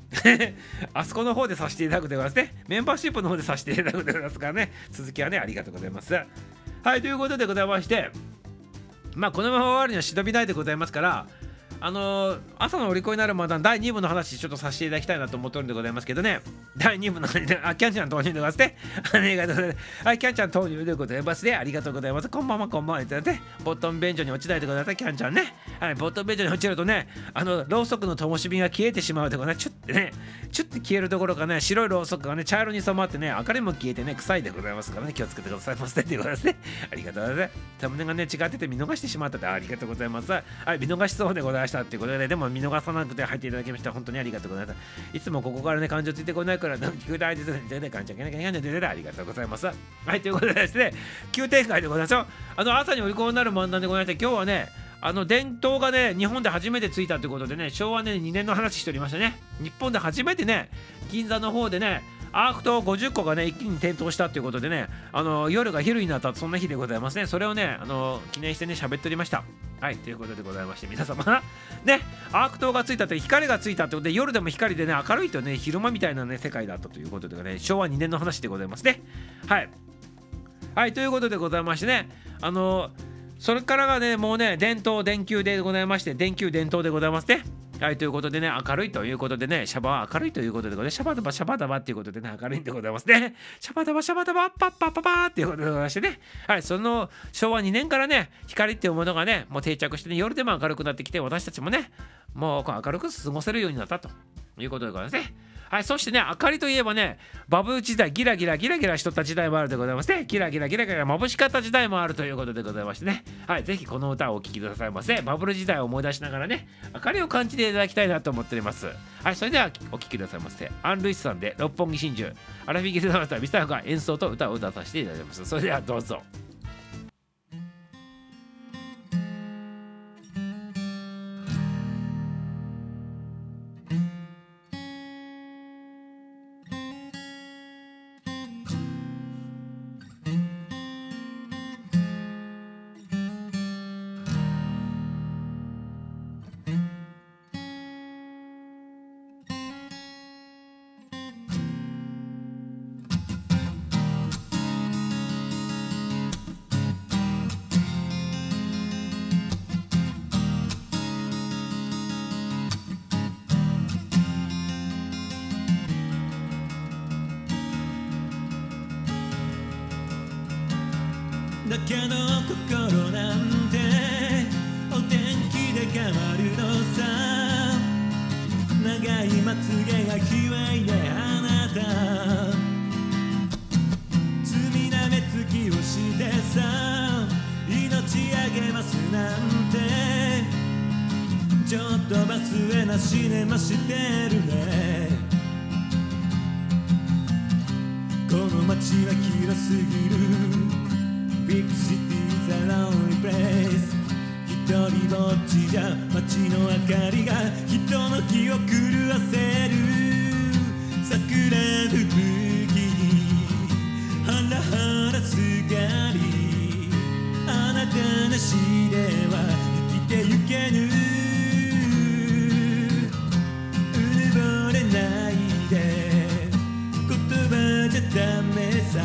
あそこの方でさせていただくでございますね。メンバーシップの方でさせていただくでございますからね。続きはね、ありがとうございます。はい、ということでございまして、まあこのまま終わるには忍びないでございますから、あのー、朝のお利口になるまだだいに部の話ちょっとさせていただきたいなと思ってるんでございますけどね。だいに部の話で、あ、キャンちゃん投入でございますね。ありがとうございます。はい、キャンちゃん投入でございますね。ありがとうございます。こんばんは、こんばんは。いただいて、ボットン便所に落ちないでください、キャンちゃんね。はい、ボットン便所に落ちるとね、あの、ろうそくの灯火が消えてしまうでございます。ちょっとね、ちょっと消えるところかね、白いろうそくがね、茶色に染まってね、明かりも消えてね、臭いでございますからね、気をつけてくださいませ。ということですね。ありがとうございます。サムネがね、違ってて見逃してしまったって、ありがとうございます。はい、見逃しそうでございましたっていうことで、でも見逃さなくて入っていただきました。本当にありがとうございます。いつもここからね、感情ついてこないから、聞く大事ですね。感情がね、ありがとうございます。はい、ということでですね、急展開でございますよ。あの、朝にお利口になる漫談でございまして、今日はね、あの伝統がね、日本で初めてついたということでね、昭和ね、にねんの話しておりましたね。日本で初めてね、銀座の方でね、アーク灯ごじゅっこがね、一気に点灯したということでね、あの夜が昼になった、そんな日でございますね。それをね、あの記念してね、喋っておりました。はい、ということでございまして、皆様、ね、アーク灯がついたって、光がついたってことで、夜でも光でね、明るいとね、昼間みたいなね、世界だったということでね、昭和にねんの話でございますね。はい。はい、ということでございましてね、あのそれからがね、もうね、伝統、電球でございまして、電球伝統でございますね。はい、ということでね、明るいということでね、シャバは明るいということでございます。シャバダバ、シャバダバっていうことでね、明るいんでございますね。シャバダバ、シャバダバ、パッパッパパーっていうことでございましてね。はい、その昭和にねんからね、光っていうものがね、もう定着してね、夜でも明るくなってきて、私たちもね、もう明るく過ごせるようになったということでございますね。はい、そしてね、明かりといえばね、バブ時代、ギラギラギラギラしとった時代もあるでございますね。ギラギラギラギラ眩しかった時代もあるということでございましてね。はい、ぜひこの歌をお聴きくださいませ。バブル時代を思い出しながらね、明かりを感じていただきたいなと思っております。はい、それではお聴きくださいませ。アン・ルイスさんで六本木真珠。アラフィギルダマスターミスターが演奏と歌を歌わさせていただきます。それではどうぞ。 だけど心なんてお天気で変わるのさ。長いまつげが卑猥であなた罪な目つきをしてさ、命あげますなんてちょっとバスへなシネマしてるね。この街は広すぎるBig City's a lonely place。 一人ぼっちじゃ街の明かりが人の気を狂わせる。桜吹雪にハラハラすがり、あなたなしでは生きてゆけぬ。うぬぼれないで言葉じゃダメさ。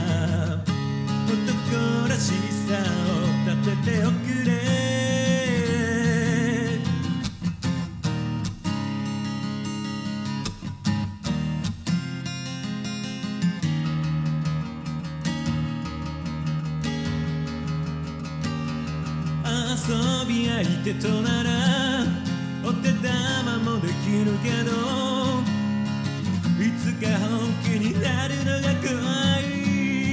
男らしさを立てておくれ。遊び相手とならお手玉もできるけど、いつか本気になるのが怖い。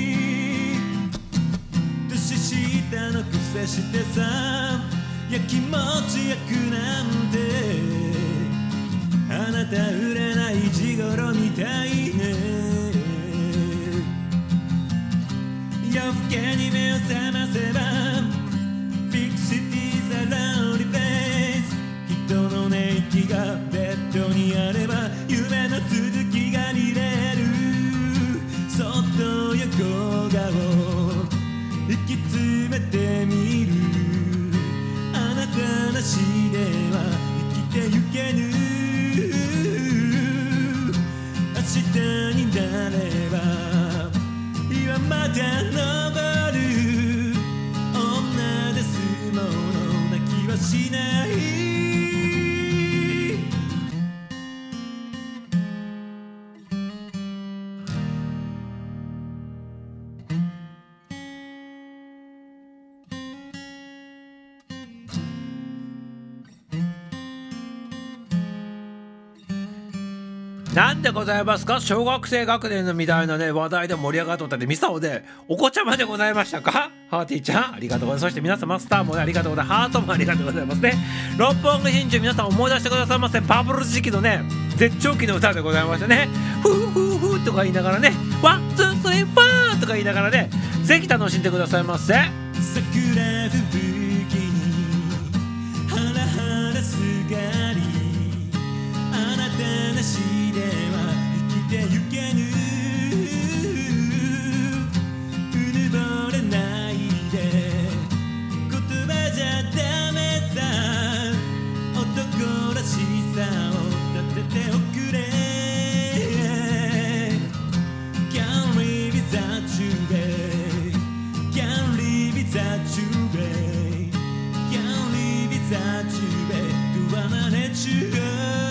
下の癖してさ、やきもち焼くなんてあなた売れない地頃みたいね。夜更けに目を覚ませば Big City's a lonely place。 人の寝息がベッドにあれば夢の続きが見れる。そっと横顔引き詰めてみる。あなたなしでは生きてゆけぬ。 になれば今まで登る女ですもの泣きはしないなんでございますか。小学生学年のみたいなね話題で盛り上がっとったんで、ミサオでお子ちゃまでございましたか。ハーティーちゃんありがとうございます。そして皆様スターもねありがとうございます。ハートもありがとうございますね。六本木真珠皆さん思い出してくださいませ。バブル時期のね絶頂期の歌でございましたね。フーフーフーとか言いながらね、ワンツースリーファーとか言いながらね、ぜひ楽しんでくださいませ。 桜吹雪にハラハラすがりあなたなしでは生きてゆけぬうぬぼれないで言葉じゃダメさ男らしさを立てておくれ Can't live without you babe Can't live without you babe Can't live without you babe Do I wanna let you go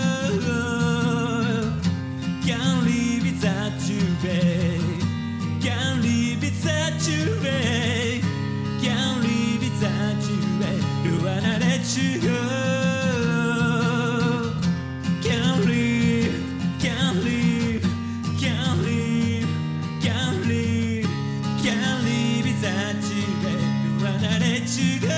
Can't live without you, babe. Can't live without you, babe. Can't live without you, babe. Don't wanna let you go. Can't live, can't live, can't live, can't live, can't live without you, babe. Don't wanna let you go.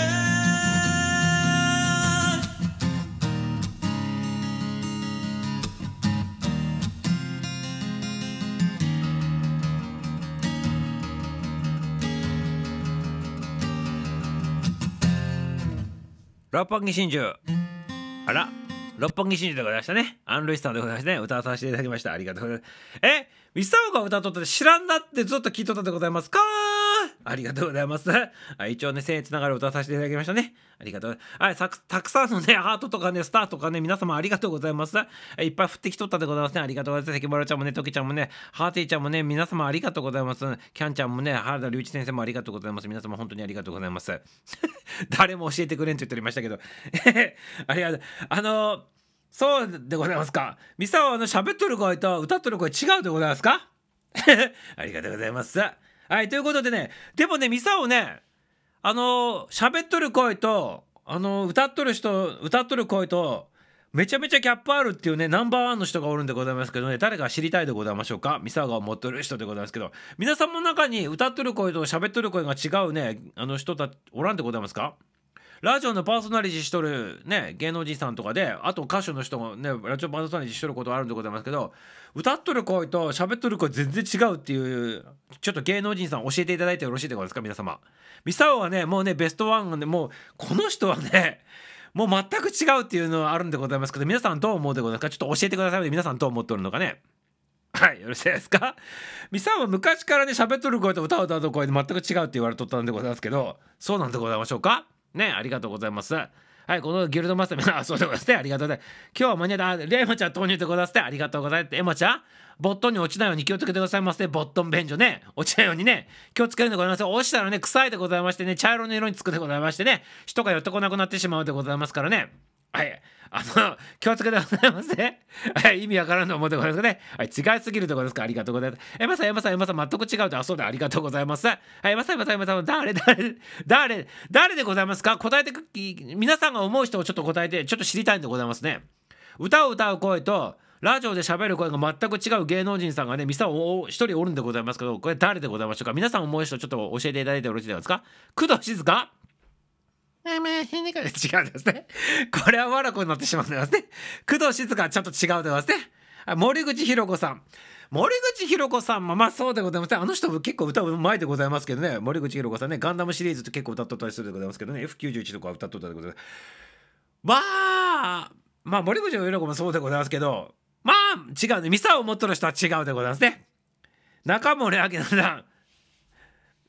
六本木真珠、あら六本木真珠でございましたね。アン・ルイスさんでございましたね。歌わさせていただきました。ありがとうございます。えミサオが歌っとって知らんなってずっと聞いとったでございますか。ありがとうございます。あ一応ね僭越ながら歌わさせていただきましたね。ありがとう。はいたくさんのねハートとかねスターとかね皆様ありがとうございます。いっぱい降ってきとったでございますね。ありがとうございます。関原ちゃんもねトキちゃんもねハーティーちゃんもね皆様ありがとうございます。キャンちゃんもね原田隆一先生もありがとうございます。皆様本当にありがとうございます。誰も教えてくれんと言っておりましたけどありがとう。あのそうでございますか。ミサオあの喋っとる声と歌っとる声違うでございますかありがとうございます。はいということでね、でもねミサオねあの喋っとる声とあの歌っとる人歌っとる声とめちゃめちゃギャップあるっていうねナンバーワンの人がおるんでございますけどね、誰か知りたいでございましょうか。ミサオが持っとる人でございますけど、皆さんの中に歌っとる声と喋っとる声が違うねあの人たちおらんでございますか。ラジオのパーソナリティしとるね芸能人さんとかで、あと歌手の人もねラジオパーソナリティしとることあるんでございますけど、歌っとる声と喋っとる声全然違うっていうちょっと芸能人さん教えていただいてよろしいでございますか皆様。ミサオはねもうねベストワンでもうこの人はねもう全く違うっていうのはあるんでございますけど、皆さんどう思うでございますか。ちょっと教えてください。皆さんどう思っておるのかね。はいよろしいですか。ミサオは昔からね喋っとる声と歌う歌うと声で全く違うって言われとったんでございますけど、そうなんでございましょうかね。ありがとうございます。はいこのギルドマスターあそうでございますね。ありがとうございます。今日は間に合ったレイマちゃん投入でございますね。ありがとうございます。エマちゃんボットンに落ちないように気をつけてくださいませ。ボットン便所ね落ちないようにね気をつけるでございます。落ちたらね臭いでございましてね茶色の色につくでございましてね人が寄ってこなくなってしまうでございますからね。はいあの気をつけてくださいませ。はい意味わからんと思ってございますね。はい違いすぎるところですか。ありがとうございます。エマさんエマさんエマさん全く違うとあそうでありがとうございます。はいエマさんエマさんエマさん誰誰誰誰でございますか。答えて皆さんが思う人をちょっと答えてちょっと知りたいんでございますね。歌を歌う声とラジオで喋る声が全く違う芸能人さんがねミサオ一人おるんでございますけど、これ誰でございましょうか。皆さん思う人ちょっと教えていただいてよろしいですか。工藤静香違うんですね。これはわらこになってしまうんですね。工藤静香はちょっと違うですね。森口博子さん森口博子さんもまあそうでございますね。あの人も結構歌うまいでございますけどね。森口博子さんねガンダムシリーズって結構歌っとったりするでございますけどね エフきゅうじゅういち とか歌っとったでございます。まあまあ森口博子もそうでございますけど、まあ違うね。ミサを持っとる人は違うでございますね。中森明菜さん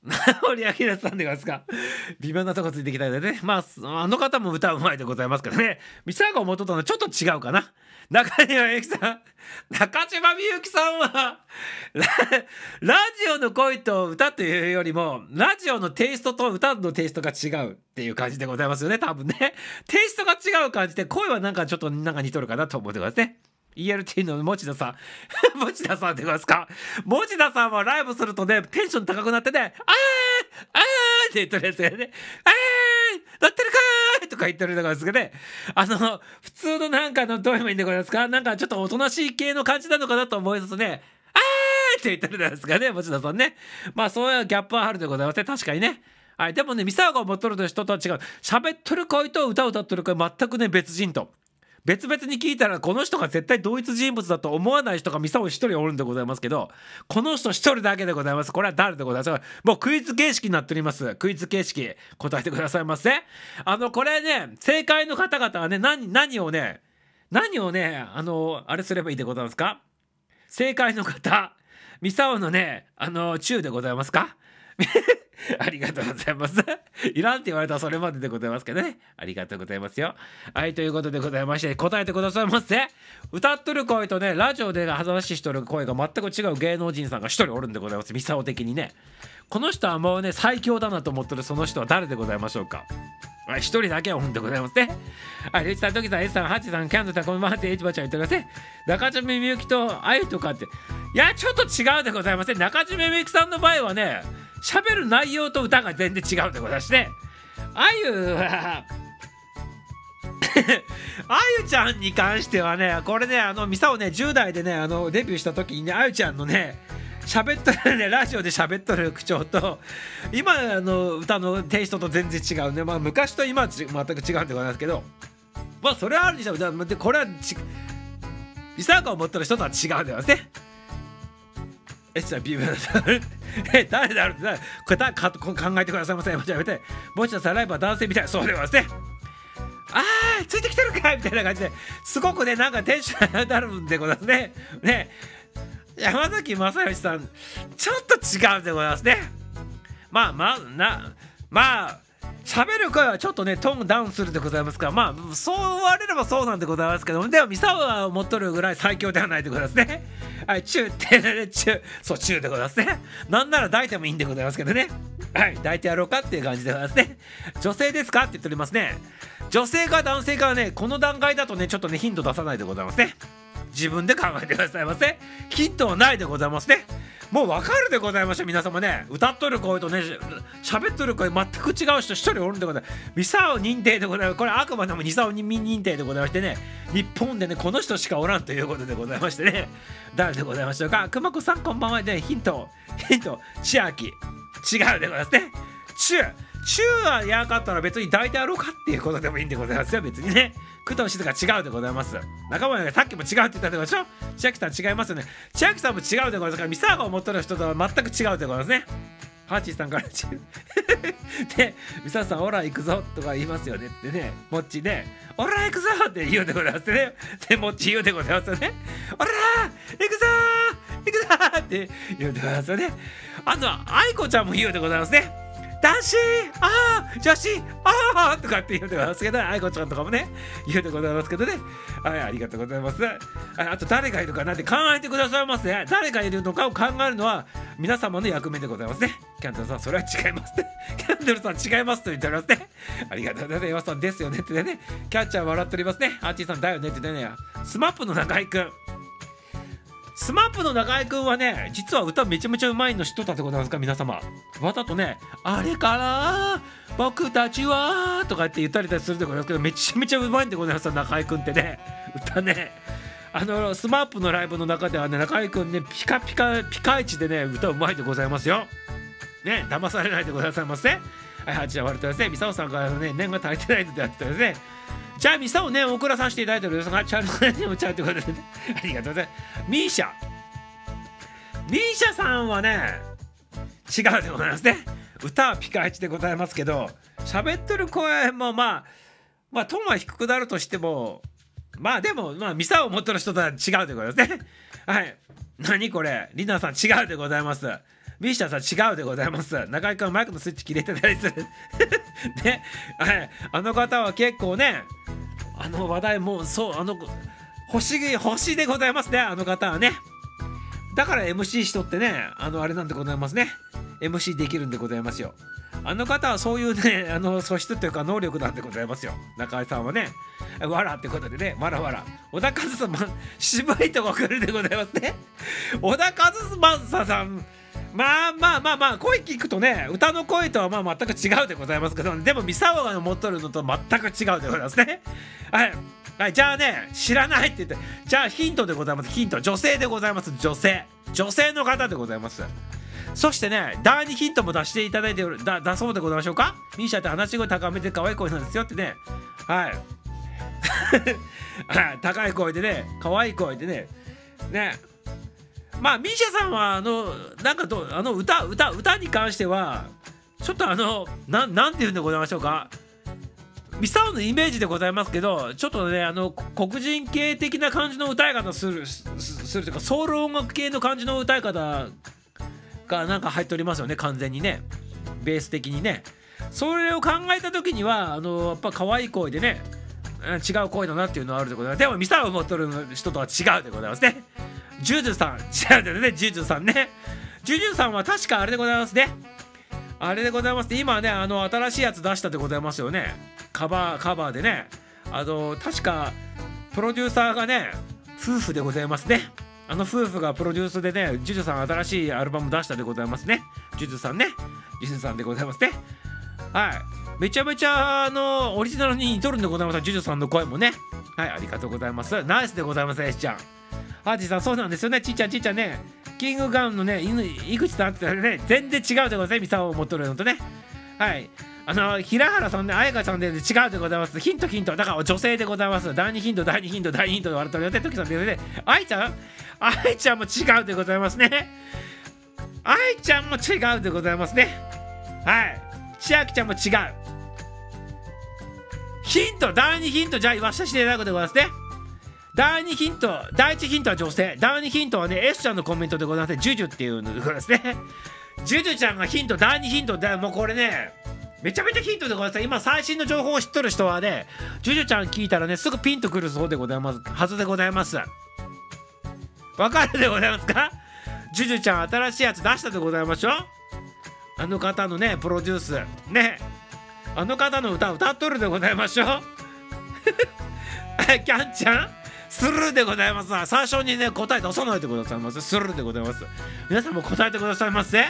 森明さんでございますか。微妙なとこついてきたのでね、まああの方も歌うまいでございますからね。ミサゴ元とのちょっと違うかな。中島みゆきさん中島みゆきさんはラ, ラジオの声と歌というよりもラジオのテイストと歌のテイストが違うっていう感じでございますよね。多分ねテイストが違う感じで声はなんかちょっとなんか似とるかなと思ってくださいね。イーエルティー の持田さん持田さんでございますか。持田さんはライブするとねテンション高くなってね、あーあーって言ってるやつがね、あーなってるかーとか言ってるのがですけどね、あの普通のなんかのどういう意味でございますか、なんかちょっとおとなしい系の感じなのかなと思いつつね、あーって言ってるんですかね、持田さんね。まあそういうギャップはあるでございますね、確かにね。はい、でもねミサゴを持っとる人とは違う、喋っとる声と歌を歌っとる声全くね別人と。別々に聞いたらこの人が絶対同一人物だと思わない人がミサオ一人おるんでございますけど、この人一人だけでございます。これは誰でございますか。もうクイズ形式になっております。クイズ形式答えてくださいませ。あのこれね正解の方々はね 何, 何をね何をねあのあれすればいいでございますか。正解の方ミサオのねあの中でございますかありがとうございます。いらんって言われたらそれまででございますけどね。ありがとうございますよ。はい、ということでございまして答えてくださいませ。歌っとる声とねラジオで話しとる声が全く違う芸能人さんが一人おるんでございます。ミサオ的にね。この人はもうね最強だなと思ってるその人は誰でございましょうか。はい、一人だけおるんでございますね。はい、レチさん、トキさん、エスさん、ハチさん、キャンドルさん、こんばんはってエチバちゃん言ってください。中島みゆきとあゆとかって、いやちょっと違うでございません。中島みゆきさんの場合はね喋る内容と歌が全然違うでございまして、あゆはあゆちゃんに関してはねこれねあのミサオねじゅう代でねあのデビューした時にねあゆちゃんのね喋っとるねラジオで喋っとる口調と今の歌のテイストと全然違うね。まあ昔と今は全く違うんでございますけど、まあそれはあるでしょう。でこれはちミサオを持ってる人とは違うんだよね。えじゃあ微妙なえ誰だろうってこれか考えてくださいませ。間違えてもちろんサライブは男性みたいなそうでございますね。あーついてきてるかいみたいな感じですごくねなんかテンション上がるんでございますね。ね山崎正義さんちょっと違うんでございますね。まあまあなまあ喋る声はちょっとねトーンダウンするでございますから、まあそう言われればそうなんでございますけども、でもミサオは持っとるぐらい最強ではないでございますね。はい、中ってね中そう中でございますね。なんなら抱いてもいいんでございますけどね。はい抱いてやろうかっていう感じでございますね。女性ですかって言っておりますね。女性か男性かはねこの段階だとねちょっとねヒント出さないでございますね。自分で考えてくださいませ。ヒントはないでございますね。もう分かるでございましょう皆様ね。歌っとる声とね喋っとる声全く違う人一人おるんでございます。ミサオ認定でございます。これあくまでもミサオ認定でございましてね、日本でねこの人しかおらんということでございましてね、誰でございましょうか。くまこさんこんばんはね。ヒントヒント千秋違うでございますね。中中はやなかったら別に抱いてやろうかっていうことでもいいんでございますよ別にね。工藤静香違うでございます。仲間がさっきも違うって言ったでしょ。千秋さん違いますよね。千秋さんも違うでございますからミサーゴを持ってる人とは全く違うでございますね。ハーチーさんからでミサさんオラ行くぞとか言いますよねってね、モッチねオラ行くぞって言うでございますね。でモッチ言うでございますよね。オラ行くぞ行くぞって言うでございますよね。あと愛子ちゃんも言うでございますね。男子ああ女子ああとかって言うでございますけど、愛子ちゃんとかもね言うでございますけどね。はいありがとうございます。あ, あと誰がいるかなって考えてくださいますね。誰がいるのかを考えるのは皆様の役目でございますね。キャンドルさんそれは違いますね。キャンドルさん違いますと言っておりますね。ありがとうございます。岩さんですよねってね。キャッチャー笑っておりますね。アーティーさんだよねってね。スマップの中居くんスマップの中居くんはね実は歌めちゃめちゃうまいの知っとったでございますか皆様。わざとねあれから僕たちはとかって言ったりするでございますけど、めちゃめちゃうまいんでございます中居くんってね。歌ねあのスマップのライブの中ではね中居くんねピカピカピカイチでね歌うまいでございますよね。騙されないでございますね。はい、はちは割れてですね。ミサオさんからね念が足りてないのでやってたですね。じゃあミサオね送らさせていただいてるんですがチャンネルにもちゃうということで、ね、ありがとうございます。ミーシャミーシャさんはね違うでございますね。歌はピカイチでございますけど喋ってる声もまあまあトーンは低くなるとしてもまあでもまあミサオを持ってる人とは違うでございますね。はい何これリナさん違うでございます。 ミシャさん違うでございます。中居君はマイクのスイッチ切れてたりするね、はい、あの方は結構ね、あの話題もそうあの星星でございますね、あの方はね。だから エムシー しとってね、あのあれなんでございますね、 エムシー できるんでございますよ。あの方はそういうね、あの素質というか能力なんでございますよ。中井さんはね、わらってことでね、わらわら。小田和正、渋いとこ来るでございますね。小田和正さん、まあまあまあまあ、声聞くとね、歌の声とはまあ全く違うでございますけど、でもミサオが持っとるのと全く違うでございますね。はい。はい、じゃあね、知らないって言って、じゃあヒントでございます。ヒント、女性でございます。女性。女性の方でございます。そしてね、だいにヒントも出していただいてる、だ出そうでございましょうか。ミーシャって話し声高めで可愛い声なんですよってね。はい。高い声でね、可愛い声でね。ね。まあ、ミーシャさんは、あの、なんかと、あの歌、歌、歌に関しては、ちょっとあの、ななんて言うんでございましょうか。ミサオのイメージでございますけど、ちょっとね、あの黒人系的な感じの歌い方する、するというか、ソウル音楽系の感じの歌い方がなんか入っておりますよね、完全にね、ベース的にね。それを考えた時には、あのやっぱ可愛い声でね、違う声だなっていうのはあるでございます。でもミサオを持っとる人とは違うでございますね。ジュジュさん、違うですね、ジュジュさんね。ジュジュさんは確かあれでございますね。あれでございます。今ね、あの新しいやつ出したでございますよね。カバーカバーでね、あの確かプロデューサーがね、夫婦でございますね。あの夫婦がプロデュースでね、ジュジュさん新しいアルバム出したでございますね。ジュジュさんね、ジュジュさんでございますね。はい、めちゃめちゃあのオリジナルに似とるんでございます。ジュジュさんの声もね。はい、ありがとうございます。ナイスでございます、エシちゃん。ハーティさん、そうなんですよね。ちっちゃんちっちゃんね、キングガウンのね、井口さんってね、全然違うでございますね、ミサオを持っとるのとね。はい。あの、平原さんね、彩香さんで違うでございます。ヒントヒント。だから女性でございます。だいにヒント、だいにヒント、だいにヒントで笑っておりますね。トキさんでね、愛ちゃん愛ちゃんも違うでございますね。愛ちゃんも違うでございますね。はい。千秋ちゃんも違う。ヒント、だいにヒント、じゃあ言わせていただくでございますね。だいにヒント、だいいちヒントは女性、だいにヒントはね、S ちゃんのコメントでございますね。ジュジュっていうのですね。ジュジュちゃんがヒント、だいにヒントで、もうこれね、めちゃめちゃヒントでございます。今最新の情報を知っとる人はね、ジュジュちゃん聞いたらね、すぐピンとくるそうでございますはずでございます。わかるでございますか。ジュジュちゃん新しいやつ出したでございましょう。あの方のね、プロデュースね、あの方の歌歌っとるでございましょう。キャンちゃんスルーでございます。最初にね、答え出さないでくださいませ。スルーでございます。皆さんも答えてくださいませ。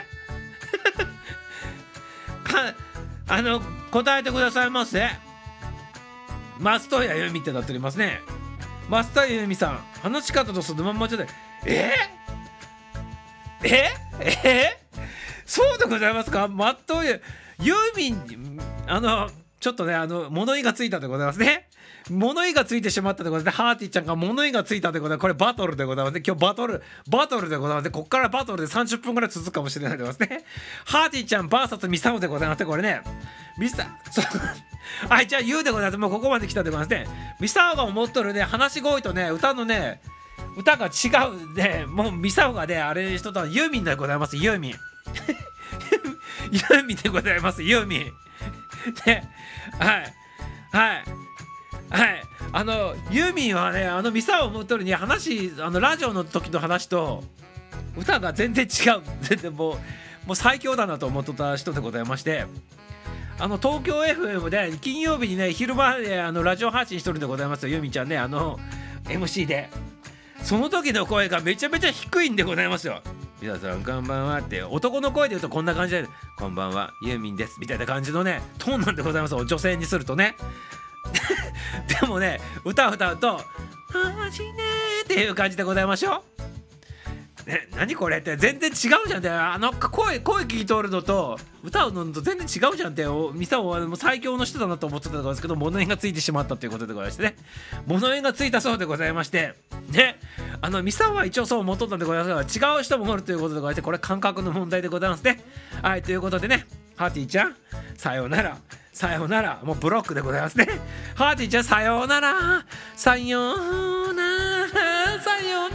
あの答えてくださいませ。松任谷由実ってなっておりますね。松任谷由実さん、話し方とそのまんまちょっと、えー、えー、えー、そうでございますか。松任谷由実、あのちょっとね、あの物言いがついたでございますね。物言いがついてしまったでございますね。ハーティちゃんが物言いがついたでございます。これバトルでございますね。今日バトルバトルでございますね。こっからバトルでさんじゅっぷんぐらい続くかもしれないでございますね。ハーティちゃん ブイエス ミサオでございますね。これね、ミサはい、じゃあ言うでございます。もうここまで来たでございますね。ミサオが思っとるね、話し声とね、歌のね、歌が違うね。もうミサオがね、あれ人とはユーミンでございます。ユーミンユーミンでございます。ユーミンね、はいはいはい、あのユーミンはね、あのミサオを思っとるに話、あのラジオの時の話と歌が全然違う。全然もうもう最強だなと思っとった人でございまして、あの東京 エフエム で金曜日にね、昼間であのラジオ配信しとるんでございますよ。ユーミンちゃんね、あの エムシー でその時の声がめちゃめちゃ低いんでございますよ。皆さんこんばんはって、男の声で言うとこんな感じで、こんばんはユーミンですみたいな感じのね、トーンなんでございます。女性にするとね。でもね、歌を歌うと「はじね」っていう感じでございましょう、ね、何これって全然違うじゃんって、あの声声聞いとるのと歌うのと全然違うじゃんって、ミサオはもう最強の人だなと思ってたんですけど、物言いがついてしまったということでございましてね、物言いがついたそうでございましてね、あのミサオは一応そう思っとったんでございますが、違う人もおるということでございまして、これ感覚の問題でございますね。はい、ということでね、ハーティーちゃんさようなら、さようなら、もうブロックでございますね。ハーティーちゃんさようなら、さようなら、さような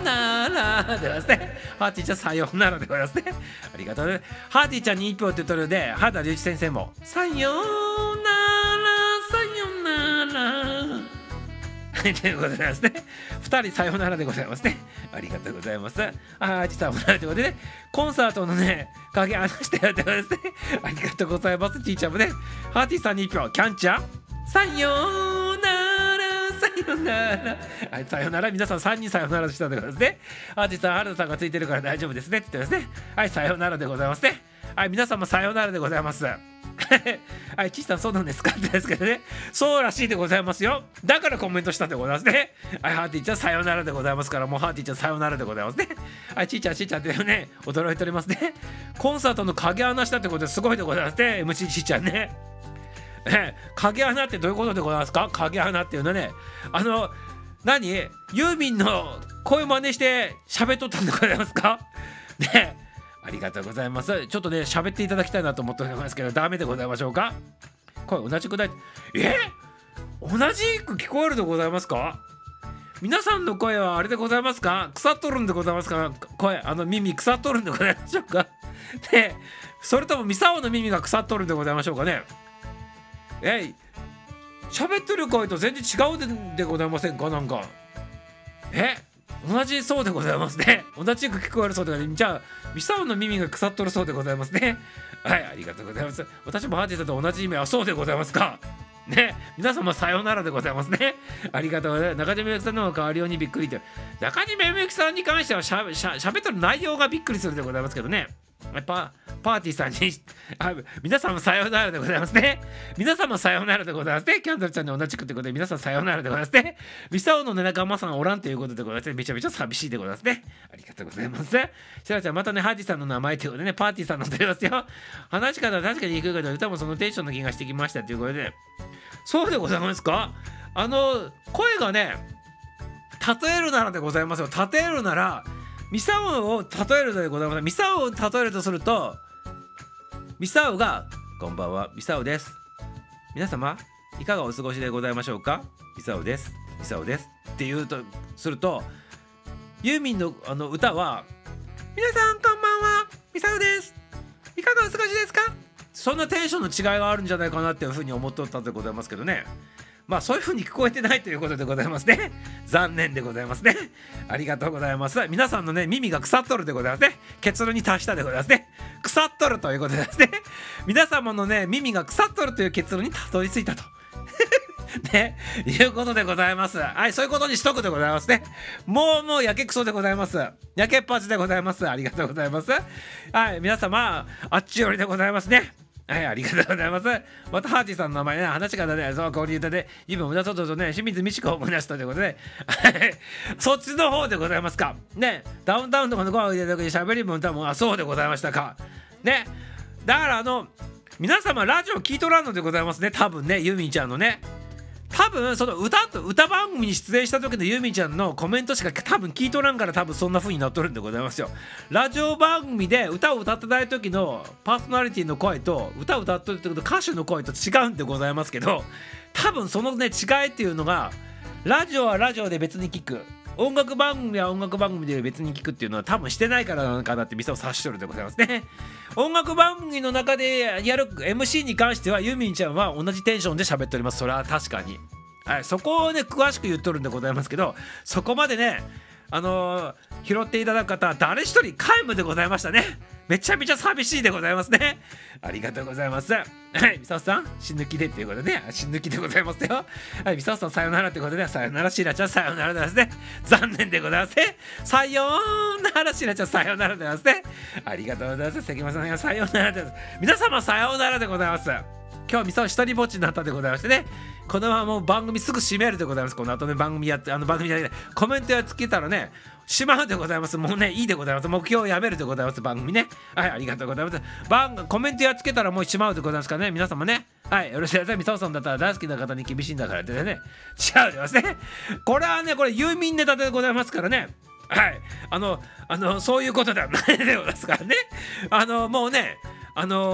ならでございますね。ハーティーちゃんさようならでございますね。ありがとうね。ハーティーちゃんにいっぴょうって言っとるので、原田隆一先生もさようならさようならということでございますね。ふたりさようならでございますね。ありがとうございます。ああ、実はもらうということでね、コンサートのね、影話したよってことですね。ありがとうございます。ちーちゃんもね、ハーティーさんにいっぴょう、キャンちゃん、さようなら、さようなら。はい、さようなら、皆さんさんにんさようならしたってことですね。ハーティーさん、原田さんがついてるから大丈夫ですねって言ってますね。はい、さようならでございますね。はい、皆さんもさようならでございます。はい、ちーさんそうなんですかってですけどね、そうらしいでございますよ。だからコメントしたでございますね。はい、ハーティーちゃんさようならでございますから、もうハーティーちゃんさようならでございますね。はい、ちーちゃんちーちゃんってね、驚いておりますね。コンサートの影穴したってことですごいでございますね。エムシー ちーちゃんね。え影穴ってどういうことでございますか？影穴っていうのはね、あの何ユーミンの声真似して喋っとったんでございますかね。ありがとうございます。ちょっとね喋っていただきたいなと思っておりますけど、ダメでございましょうか？声同じくらい、え同じく聞こえるでございますか？皆さんの声はあれでございますか？腐っとるんでございますか？声、あの耳腐っとるんでございましょうか？で、それともミサオの耳が腐っとるんでございましょうかね？えい、喋ってる声と全然違う で, でございませんか？なんかえ同じそうでございますね。同じく聞こえるそうでございます。じゃあミサオの耳が腐っとるそうでございますね。はい、ありがとうございます。私もハーティーさんと同じ意味はそうでございますかね。皆様さようならでございますね。ありがとうございます。中島みゆきさんの変わるようにびっくりって、中島みゆきさんに関してはしゃしゃしゃべってる内容がびっくりするでございますけどね。パ, パーティーさんにあ皆様さようならでございますね。皆様さようならでございますね。キャンドルちゃんに同じくということで、皆さんさようならでございますね。ミサオのね仲間さんおらんということでございますね。めちゃめちゃ寂しいでございますね。ありがとうございます。シラちゃんまたねハーティーさんの名前ということでね、パーティーさんの出ますよ。話し方は確かにいくけど、歌もそのテンションの気がしてきましたということで、そうでございますか？あの声がね、例えるならでございますよ。例えるならミサオを例えるでございます。ミサオを例えるとすると、ミサオがこんばんは、ミサオです。皆様いかがお過ごしでございましょうか？ミサオです。ミサオですって言うとすると、ユーミンのあの歌は皆さんこんばんは、ミサオです。いかがお過ごしですか？そんなテンションの違いがあるんじゃないかなっていうふうに思っておったでございますけどね。まあそういう風に聞こえてないということでございますね。残念でございますね。ありがとうございます。皆さんのね耳が腐っとるでございますね。結論に達したでございますね。腐っとるということですね。皆様のね耳が腐っとるという結論にたどり着いたとね、いうことでございます。はい、そういうことにしとくでございますね。もうもうやけくそでございます。やけっぱちでございます。ありがとうございます。はい、皆様あっち寄りでございますね。はい、ありがとうございます。またハーティーさんの名前ね、話がね、そう、こういう歌で、今、無駄ととね、清水美智子を思い出したということで、そっちの方でございますか。ね、ダウンタウンとかのご飯を入れた時に喋りも歌も、あ、そうでございましたか。ね、だからあの、皆様、ラジオ聞いとらんのでございますね、多分ね、ユーミンちゃんのね。多分その歌と歌番組に出演した時のユーミンちゃんのコメントしか多分聞いとらんから、多分そんな風になっとるんでございますよ。ラジオ番組で歌を歌ってない時のパーソナリティの声と歌を歌ってる時の歌手の声と違うんでございますけど、多分そのね違いっていうのが、ラジオはラジオで別に聞く、音楽番組は音楽番組で別に聞くっていうのは多分してないからなのかなって店を指しとるでございますね。音楽番組の中でやる エムシー に関してはユーミンちゃんは同じテンションで喋っております。それは確かに、はい、そこをね詳しく言っとるんでございますけど、そこまでねあのー、拾っていただく方は誰一人皆無でございましたね。めちゃめちゃ寂しいでございますね。ありがとうございます。はい、みさおさん死ぬ気でっていうことでね、死ぬ気でございますよ。はい、みさおさんさよならってことで、さよならしらちゃんさよならですね。残念でございますね。さよならしらちゃんさよならでございますね。ありがとうございます。関間さんがさよならです。皆様さよならでございます。今日みさお一人ぼっちになったでございましてね、このままもう番組すぐ閉めるでございます。この後ね番組やってあの番組やコメントやつけたらねしまうでございます。もうねいいでございます。目標をやめるでございます。番組ね、はい、ありがとうございます。番コメントやっつけたらもうしまうでございますからね、皆様ね、はい、よろしくお願いします。みさおさんだったら大好きな方に厳しいんだからってね、違うでございますね。これはねこれユーミンネタでございますからね、はい、あのあのそういうことではないでございますからね。あのもうねあの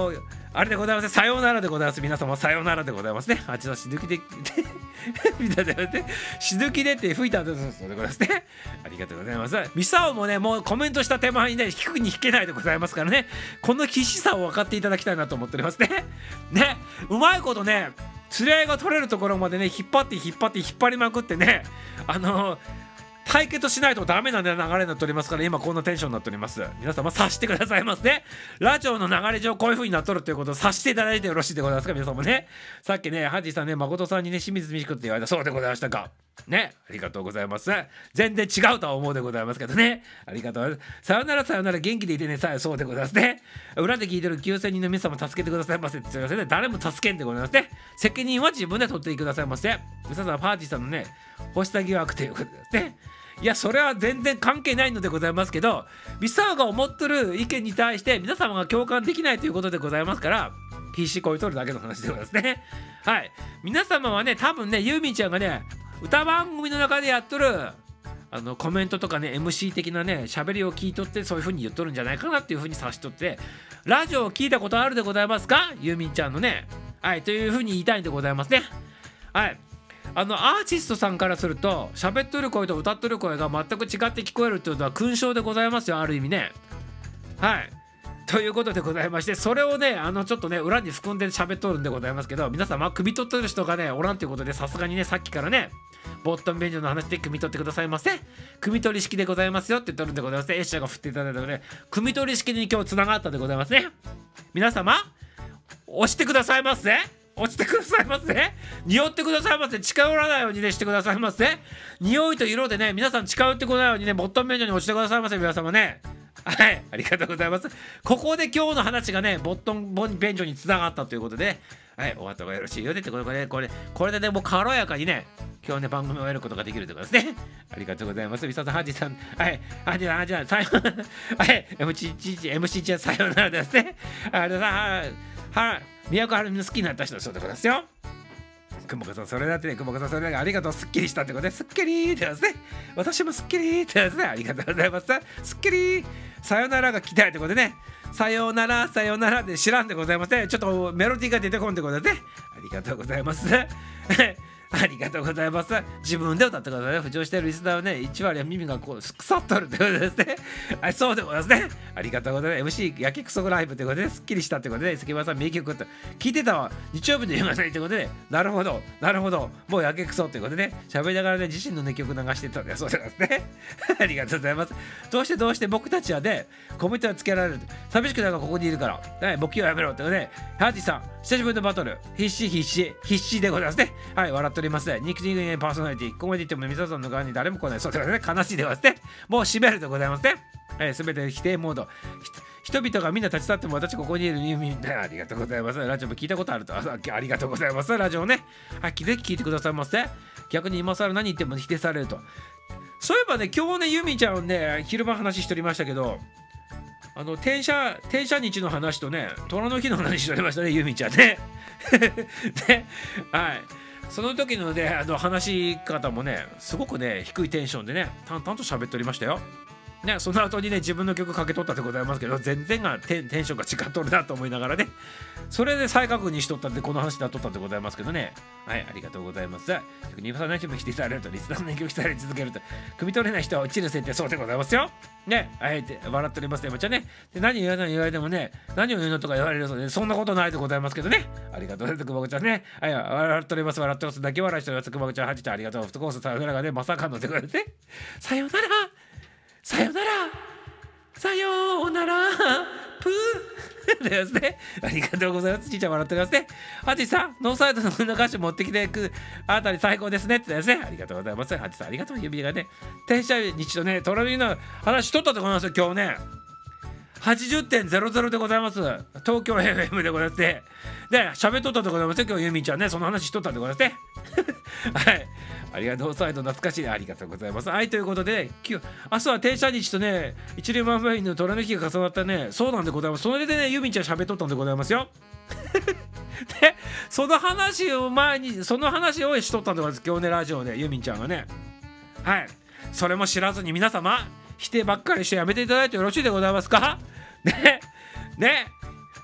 あれでございます。さようならでございます。皆様さようならでございますね。あちらしぬきでみたいなね、しぬきでって吹いたんですのでございますね。ありがとうございます。ミサオもね、もうコメントした手前にね、低くに引けないでございますからね、この必死さを分かっていただきたいなと思っておりますね。ね、うまいことね、釣り合いが取れるところまでね、引っ張って引っ張って引っ張りまくってね、あのー対決しないとダメな、ね、流れになっておりますから、今こんなテンションになっております。皆様察してくださいませね。ラジオの流れ上こういう風になっとるということを察していただいてよろしいでございますか、皆様ね。さっきね、ハジさんね、誠さんにね、清水美智子って言われたそうでございましたかね。ありがとうございます。全然違うとは思うでございますけどね。ありがとうございます。さよならさよなら、元気でいてねさえそうでございますね。裏で聞いてるきゅうせんにんの皆様助けてくださいませって言ってますね。誰も助けんでございますね。責任は自分で取ってくださいませ。皆さんパーティーさんのね、星下疑惑ということですね。いや、それは全然関係ないのでございますけど、ミサオが思ってる意見に対して皆様が共感できないということでございますから、 ピーシー 超えとるだけの話でございますね。はい、皆様はね、多分ね、ユーミンちゃんがね、歌番組の中でやっとるあのコメントとかね、 エムシー 的なね喋りを聞いとって、そういう風に言っとるんじゃないかなっていう風に察しとって、ラジオを聞いたことあるでございますか、ユーミンちゃんのね。はい、という風に言いたいんでございますね。はい、あのアーティストさんからすると、喋ってる声と歌ってる声が全く違って聞こえるってことは勲章でございますよ、ある意味ね。はい、ということでございまして、それをね、あのちょっとね裏に含んで喋っとるんでございますけど、皆様汲み取ってる人がねおらんということで、さすがにね、さっきからねボットン便所の話で汲み取ってくださいませ。汲み取り式でございますよって言ってるんでございますね。エッシャーが振っていただいたので、汲み取り式に今日つながったでございますね。皆様押してくださいませ。落ちてくださいませ。匂ってくださいませ。近寄らないようにねしてくださいませ。匂いと色でね、皆さん近寄ってこないようにね、ボットン便所に落ちてくださいませ、皆様ね。はい、ありがとうございます。ここで今日の話がね、ボットン便所につながったということで、はい、お後がよろしいようでって、これこれこれこれでね、もう軽やかにね、今日ね番組を終えることができるということですね。ありがとうございます。みささん、ハジさん、はい、ハジさん、ハジさん、さようなら、はい、エムシー エムシー ちゃん、さようならですね。あのさ、は、宮古春美の好きになった人はそうでございますよ。久保子さん、それだってね、久保子さん、それだけありがとう、すっきりしたってことで、すっきりーってですね。私もすっきりーってですね、ありがとうございます。すっきりー、さよならが来たいってことでね、さようなら、さようならで知らんでございますね。ちょっとメロディーが出てこんでございますね。ありがとうございます。ありがとうございます。自分で歌ってくださいね。浮上しているリスナーはね、いち割は耳がこう腐っとるということですね。はい、そうでございますね。ありがとうございます。エムシー やけくそライブということで、すっきりしたということで、関間さん名曲と聞いてたわ。日曜日の夕方にということで、なるほど、なるほど、もうやけくそということで、ね、喋りながらね、自身の、ね、曲流してたんで、そうでございますね。ありがとうございます。どうしてどうして僕たちはね、コメントをつけられる。寂しくないからここにいるから、はい、簿記をやめろってね、ハーティさん、久しぶりのバトル、必死必死、必死でございますね。はい、笑っておりますね。肉肉パーソナリティ、ここまで言っても、ね、みささんの側に誰も来ない。そうでございますね。悲しいでございますね。もう閉めるでございますね。はい、すべて否定モード。人々がみんな立ち去っても私ここにいる意味、ありがとうございます。ラジオも聞いたことあると。あ, ありがとうございます。ラジオね。はい、ぜひ聞いてくださいませ。逆に今更何言っても否定されると。そういえばね、今日ね、ユミちゃんね、昼間話しておりましたけど、あの転写転写日の話とね、虎の日の話しておりましたね、ユミちゃんね。ね、はい。その時のね、あの話し方もね、すごくね、低いテンションでね、淡々と喋っておりましたよ。ね、その後にね、自分の曲かけとったでございますけど、全然がテン、テンションが違っとるなと思いながらね、それで再確認しとったんで、この話になっとったんでございますけどね。はい、ありがとうございます。にさん何日も否定されると、リスナーの影響され続けると、汲み取れない人は落ちる設定、そうでございますよ。ね、あえて笑っておりますね、もちろんね。で、何言わない言われてもね、何を言うのとか言われるとね、そんなことないでございますけどね。ありがとうございます、くまこちゃんね。はい、笑っております、笑っております。泣き笑いしております、くまこちゃん、はじちゃん、ありがとう。フットコースさよならがね、まさかのでございますね。さよなら、さよなら。さようならプーですね。ありがとうございます。ちいちゃん笑ってますね。ハチさん、ノーサイドの歌詞持ってきていくあたり最高ですねってですね。ありがとうございます。ハチさん、ありがとう。指がね、転写日とね、トラリーの話しとったでございますよ、今日ね。はちじゅってんゼロゼロ でございます。東京 エフエム でございますね。で、喋っとったでございますよ、今日ユミちゃんね、その話しとったでございますね。はい。ありがとう、サイド懐かしい、ありがとうございます。はい、ということで、今日明日は転写日とね、一粒万倍の虎の日が重なったね、そうなんでございます。それでね、ユミちゃん喋っとったんでございますよ。で、その話を前に、その話をしとったんでございます。今日ね、ラジオで、ユミちゃんがね。はい。それも知らずに皆様、否定ばっかりしてやめていただいてよろしいでございますか。ね。ね。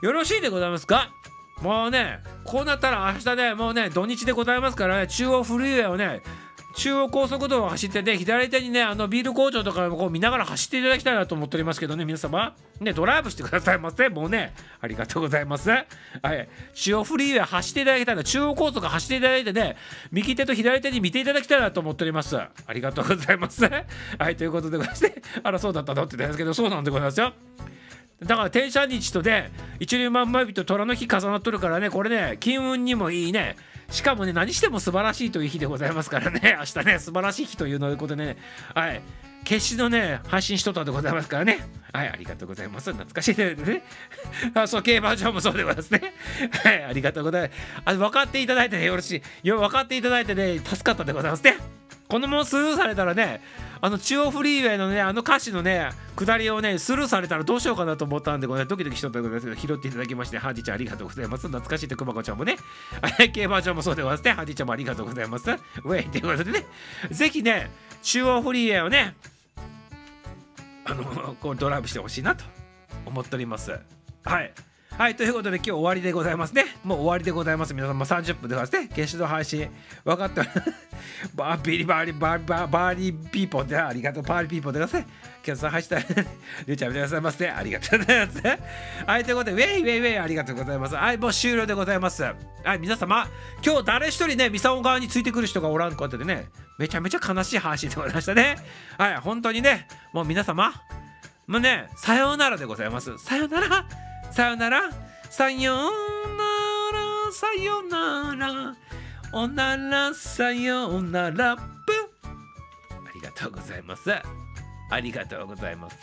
よろしいでございますか。もうねこうなったら明日ねもうね土日でございますからね、中央フリーウェイをね中央高速道路を走ってて、左手にねあのビール工場とかをこう見ながら走っていただきたいなと思っておりますけどね、皆様ねドライブしてくださいませ。もうねありがとうございます。はい、中央フリーウェイ走っていただきたいな、中央高速走っていただいてね右手と左手に見ていただきたいなと思っております。ありがとうございます。はい、ということでございまして、あらそうだったのって言ったんですけど、そうなんでございますよ。だから天赦日とで一粒万倍日と虎の日重なっとるからね、これね金運にもいいね。しかもね何しても素晴らしいという日でございますからね、明日ね素晴らしい日というのことでね、はい決死のね配信しとったでございますからね。はい、ありがとうございます。懐かしいですね。あ、そう競馬場もそうでございますね。はい、ありがとうございます。あ、分かっていただいてねよろしいよ、分かっていただいてね助かったでございますね。このままスルーされたらね、あの中央フリーウェイのねあの歌詞のね下りをねスルーされたらどうしようかなと思ったんで、これドキドキしとったでございますけど、拾っていただきましてハジちゃんありがとうございます。懐かしいってくまこちゃんもね、競馬場もそうでございますね。ハジちゃんもありがとうございます。ウェイということでね、ぜひね中央フリーウェイをねあのこうドライブしてほしいなと思っております。はいはい、ということで今日終わりでございますね。もう終わりでございます。皆さんもさんじゅっぷんでございますね。決死の配信分かっておりますバービリバーリバーバーバーリーピーポーでありがとう、パーリーピーポーでございますね。今日さん配信りゅうちゃん見てくださいませ。ありがとうございます。はい、ということでウェイウェイウェイありがとうございます。はい、もう終了でございます。はい、皆様今日誰一人ねミサオ側についてくる人がおらんことでね、めちゃめちゃ悲しい配信でございましたね。はい、本当にねもう皆様もうねさようならでございます。さようならさようならさようならさようならおならさようならぷありがとうございます。ありがとうございます。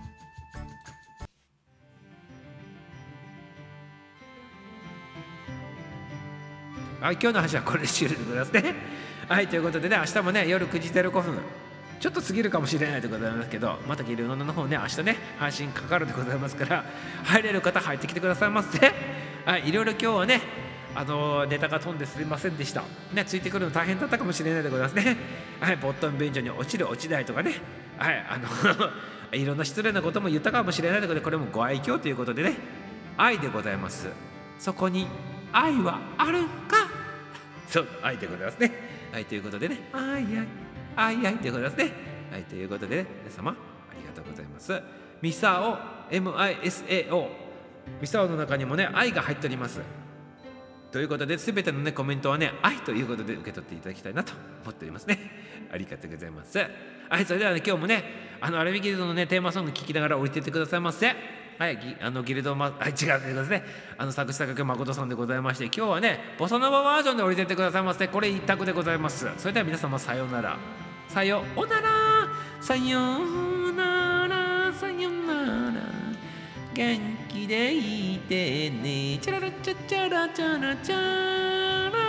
はい、今日の話はこれで終了でございますね。はい、ということでね明日もね夜くじぜろごふんちょっと過ぎるかもしれないでございますけど、またギルドの方ね明日ね配信かかるでございますから、入れる方入ってきてくださいませ。はい、いろいろ今日はねあのー、ネタが飛んですみませんでしたね。ついてくるの大変だったかもしれないでございますね。はい、ボットン便所に落ちる落ちないとかね、はいあのいろんな失礼なことも言ったかもしれないということで、これもご愛嬌ということでね、愛でございます。そこに愛はあるんかそう愛でございますね。はい、ということでね愛愛愛愛でございますね。はい、ということで、ね、皆様ありがとうございます。ミサオ エムアイエスエーオー ミサオの中にもね愛が入っております。ということで全てのねコメントはね愛ということで受け取っていただきたいなと思っておりますね。ありがとうございます。はい、それではね今日もねあのアルミギルドのねテーマソング聴きながら降りていってくださいませ。はい、あのギルドマあ違うということですね。あの作詞作曲誠さんでございまして、今日はねボサノババージョンで降りていってくださいませ。これ一択でございます。それでは皆様さようならさようならさようならさようなら元気でいてねチャララチャチャラチャラチャラ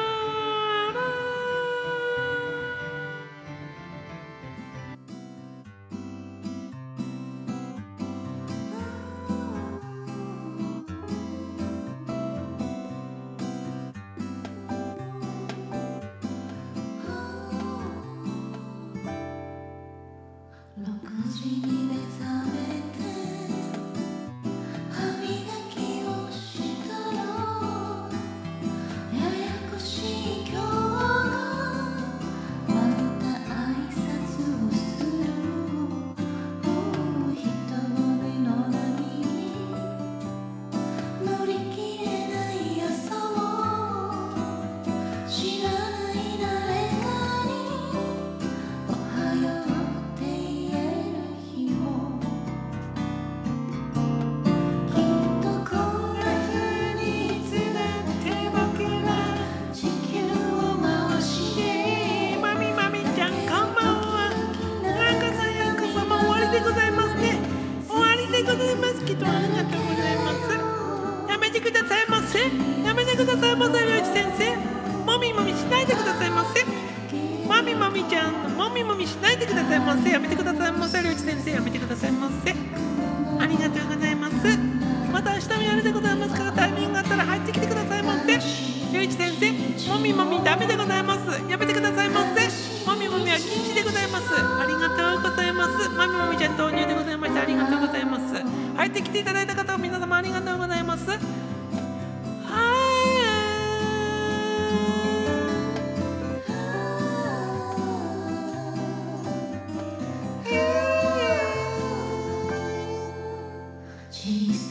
やめてくださいませ。りょうち先生やめてくださいませ。ありがとうございます。また明日もやるでございますからタイミングがあったら入ってきてくださいませ。りょうち先生もみもみダメでございます。やめてくださいませ。もみもみは禁止でございます。ありがとうございます。もみもみちゃん導入でございました。ありがとうございます。入ってきていただいた方は皆様ありがとうございます。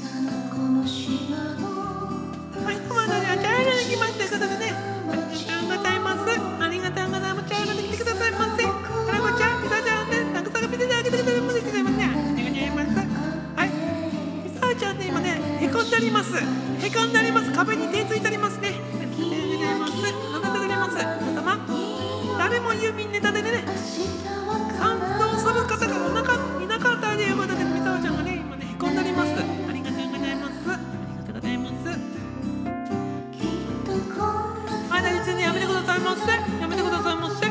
はいこまでは茶色に決まったことでね、ありがとうございます。ありがとうございます。茶色で来てくださいませ。かなこちゃん、みさちゃんね、たくさん見てあげてくださいませ。ありがとうございます。はい、みさちゃんね今ねへこんであります。へこんであります。壁に手ついてありますね。ありがとうございます。ありがとうございます。皆様、誰も郵便ネタでね賛同する方がおなかいなかったということで、みさちゃんがね今ねへこんであります。ありがとうございます。ありがとうございます。あなたにやめてくださいませ。やめてくださいませ。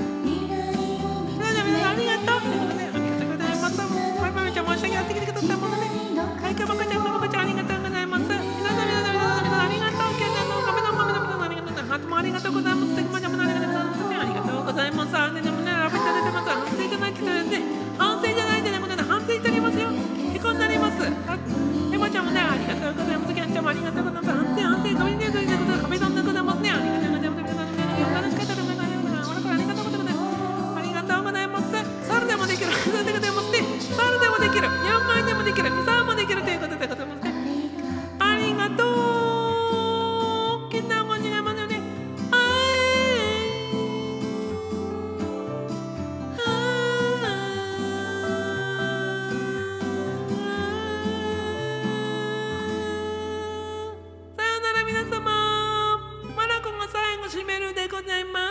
ありがとうということで、ありがとうございます。バイバイちゃんも一緒にやってきてくださいませね。はい、かばかちゃん、かばかちゃん、ありがとうございます。皆さん、皆さん、皆さん、皆さん、ありがとう。ケンちゃんのカメラマンの皆さん、ありがとうございます。ハートもありがとうございます。テクマちゃんもありがとうございますね。ありがとうございます。あねでもね、ラビット出てます。反省じゃないって言ってね。反省じゃないってね、ことで反省してありますよ。へこんであります。テマちゃんもね、ありがとうございます。ケンちゃんもありがとうございます。反省、反省、どういうね、どういうね、ことで壁ドンでございますね。ありがとうございます。皆さん、皆さん、楽しかったら、皆さん、皆さん、ありがとうございます。ありがとうございます。それでもできる。それでございますね。それでもできる。よんまいでもできる。にさんもできるということでございますね。ありがとう。けんなも違いますよね。はい。さよなら皆様。マラコが最後締めるでございます。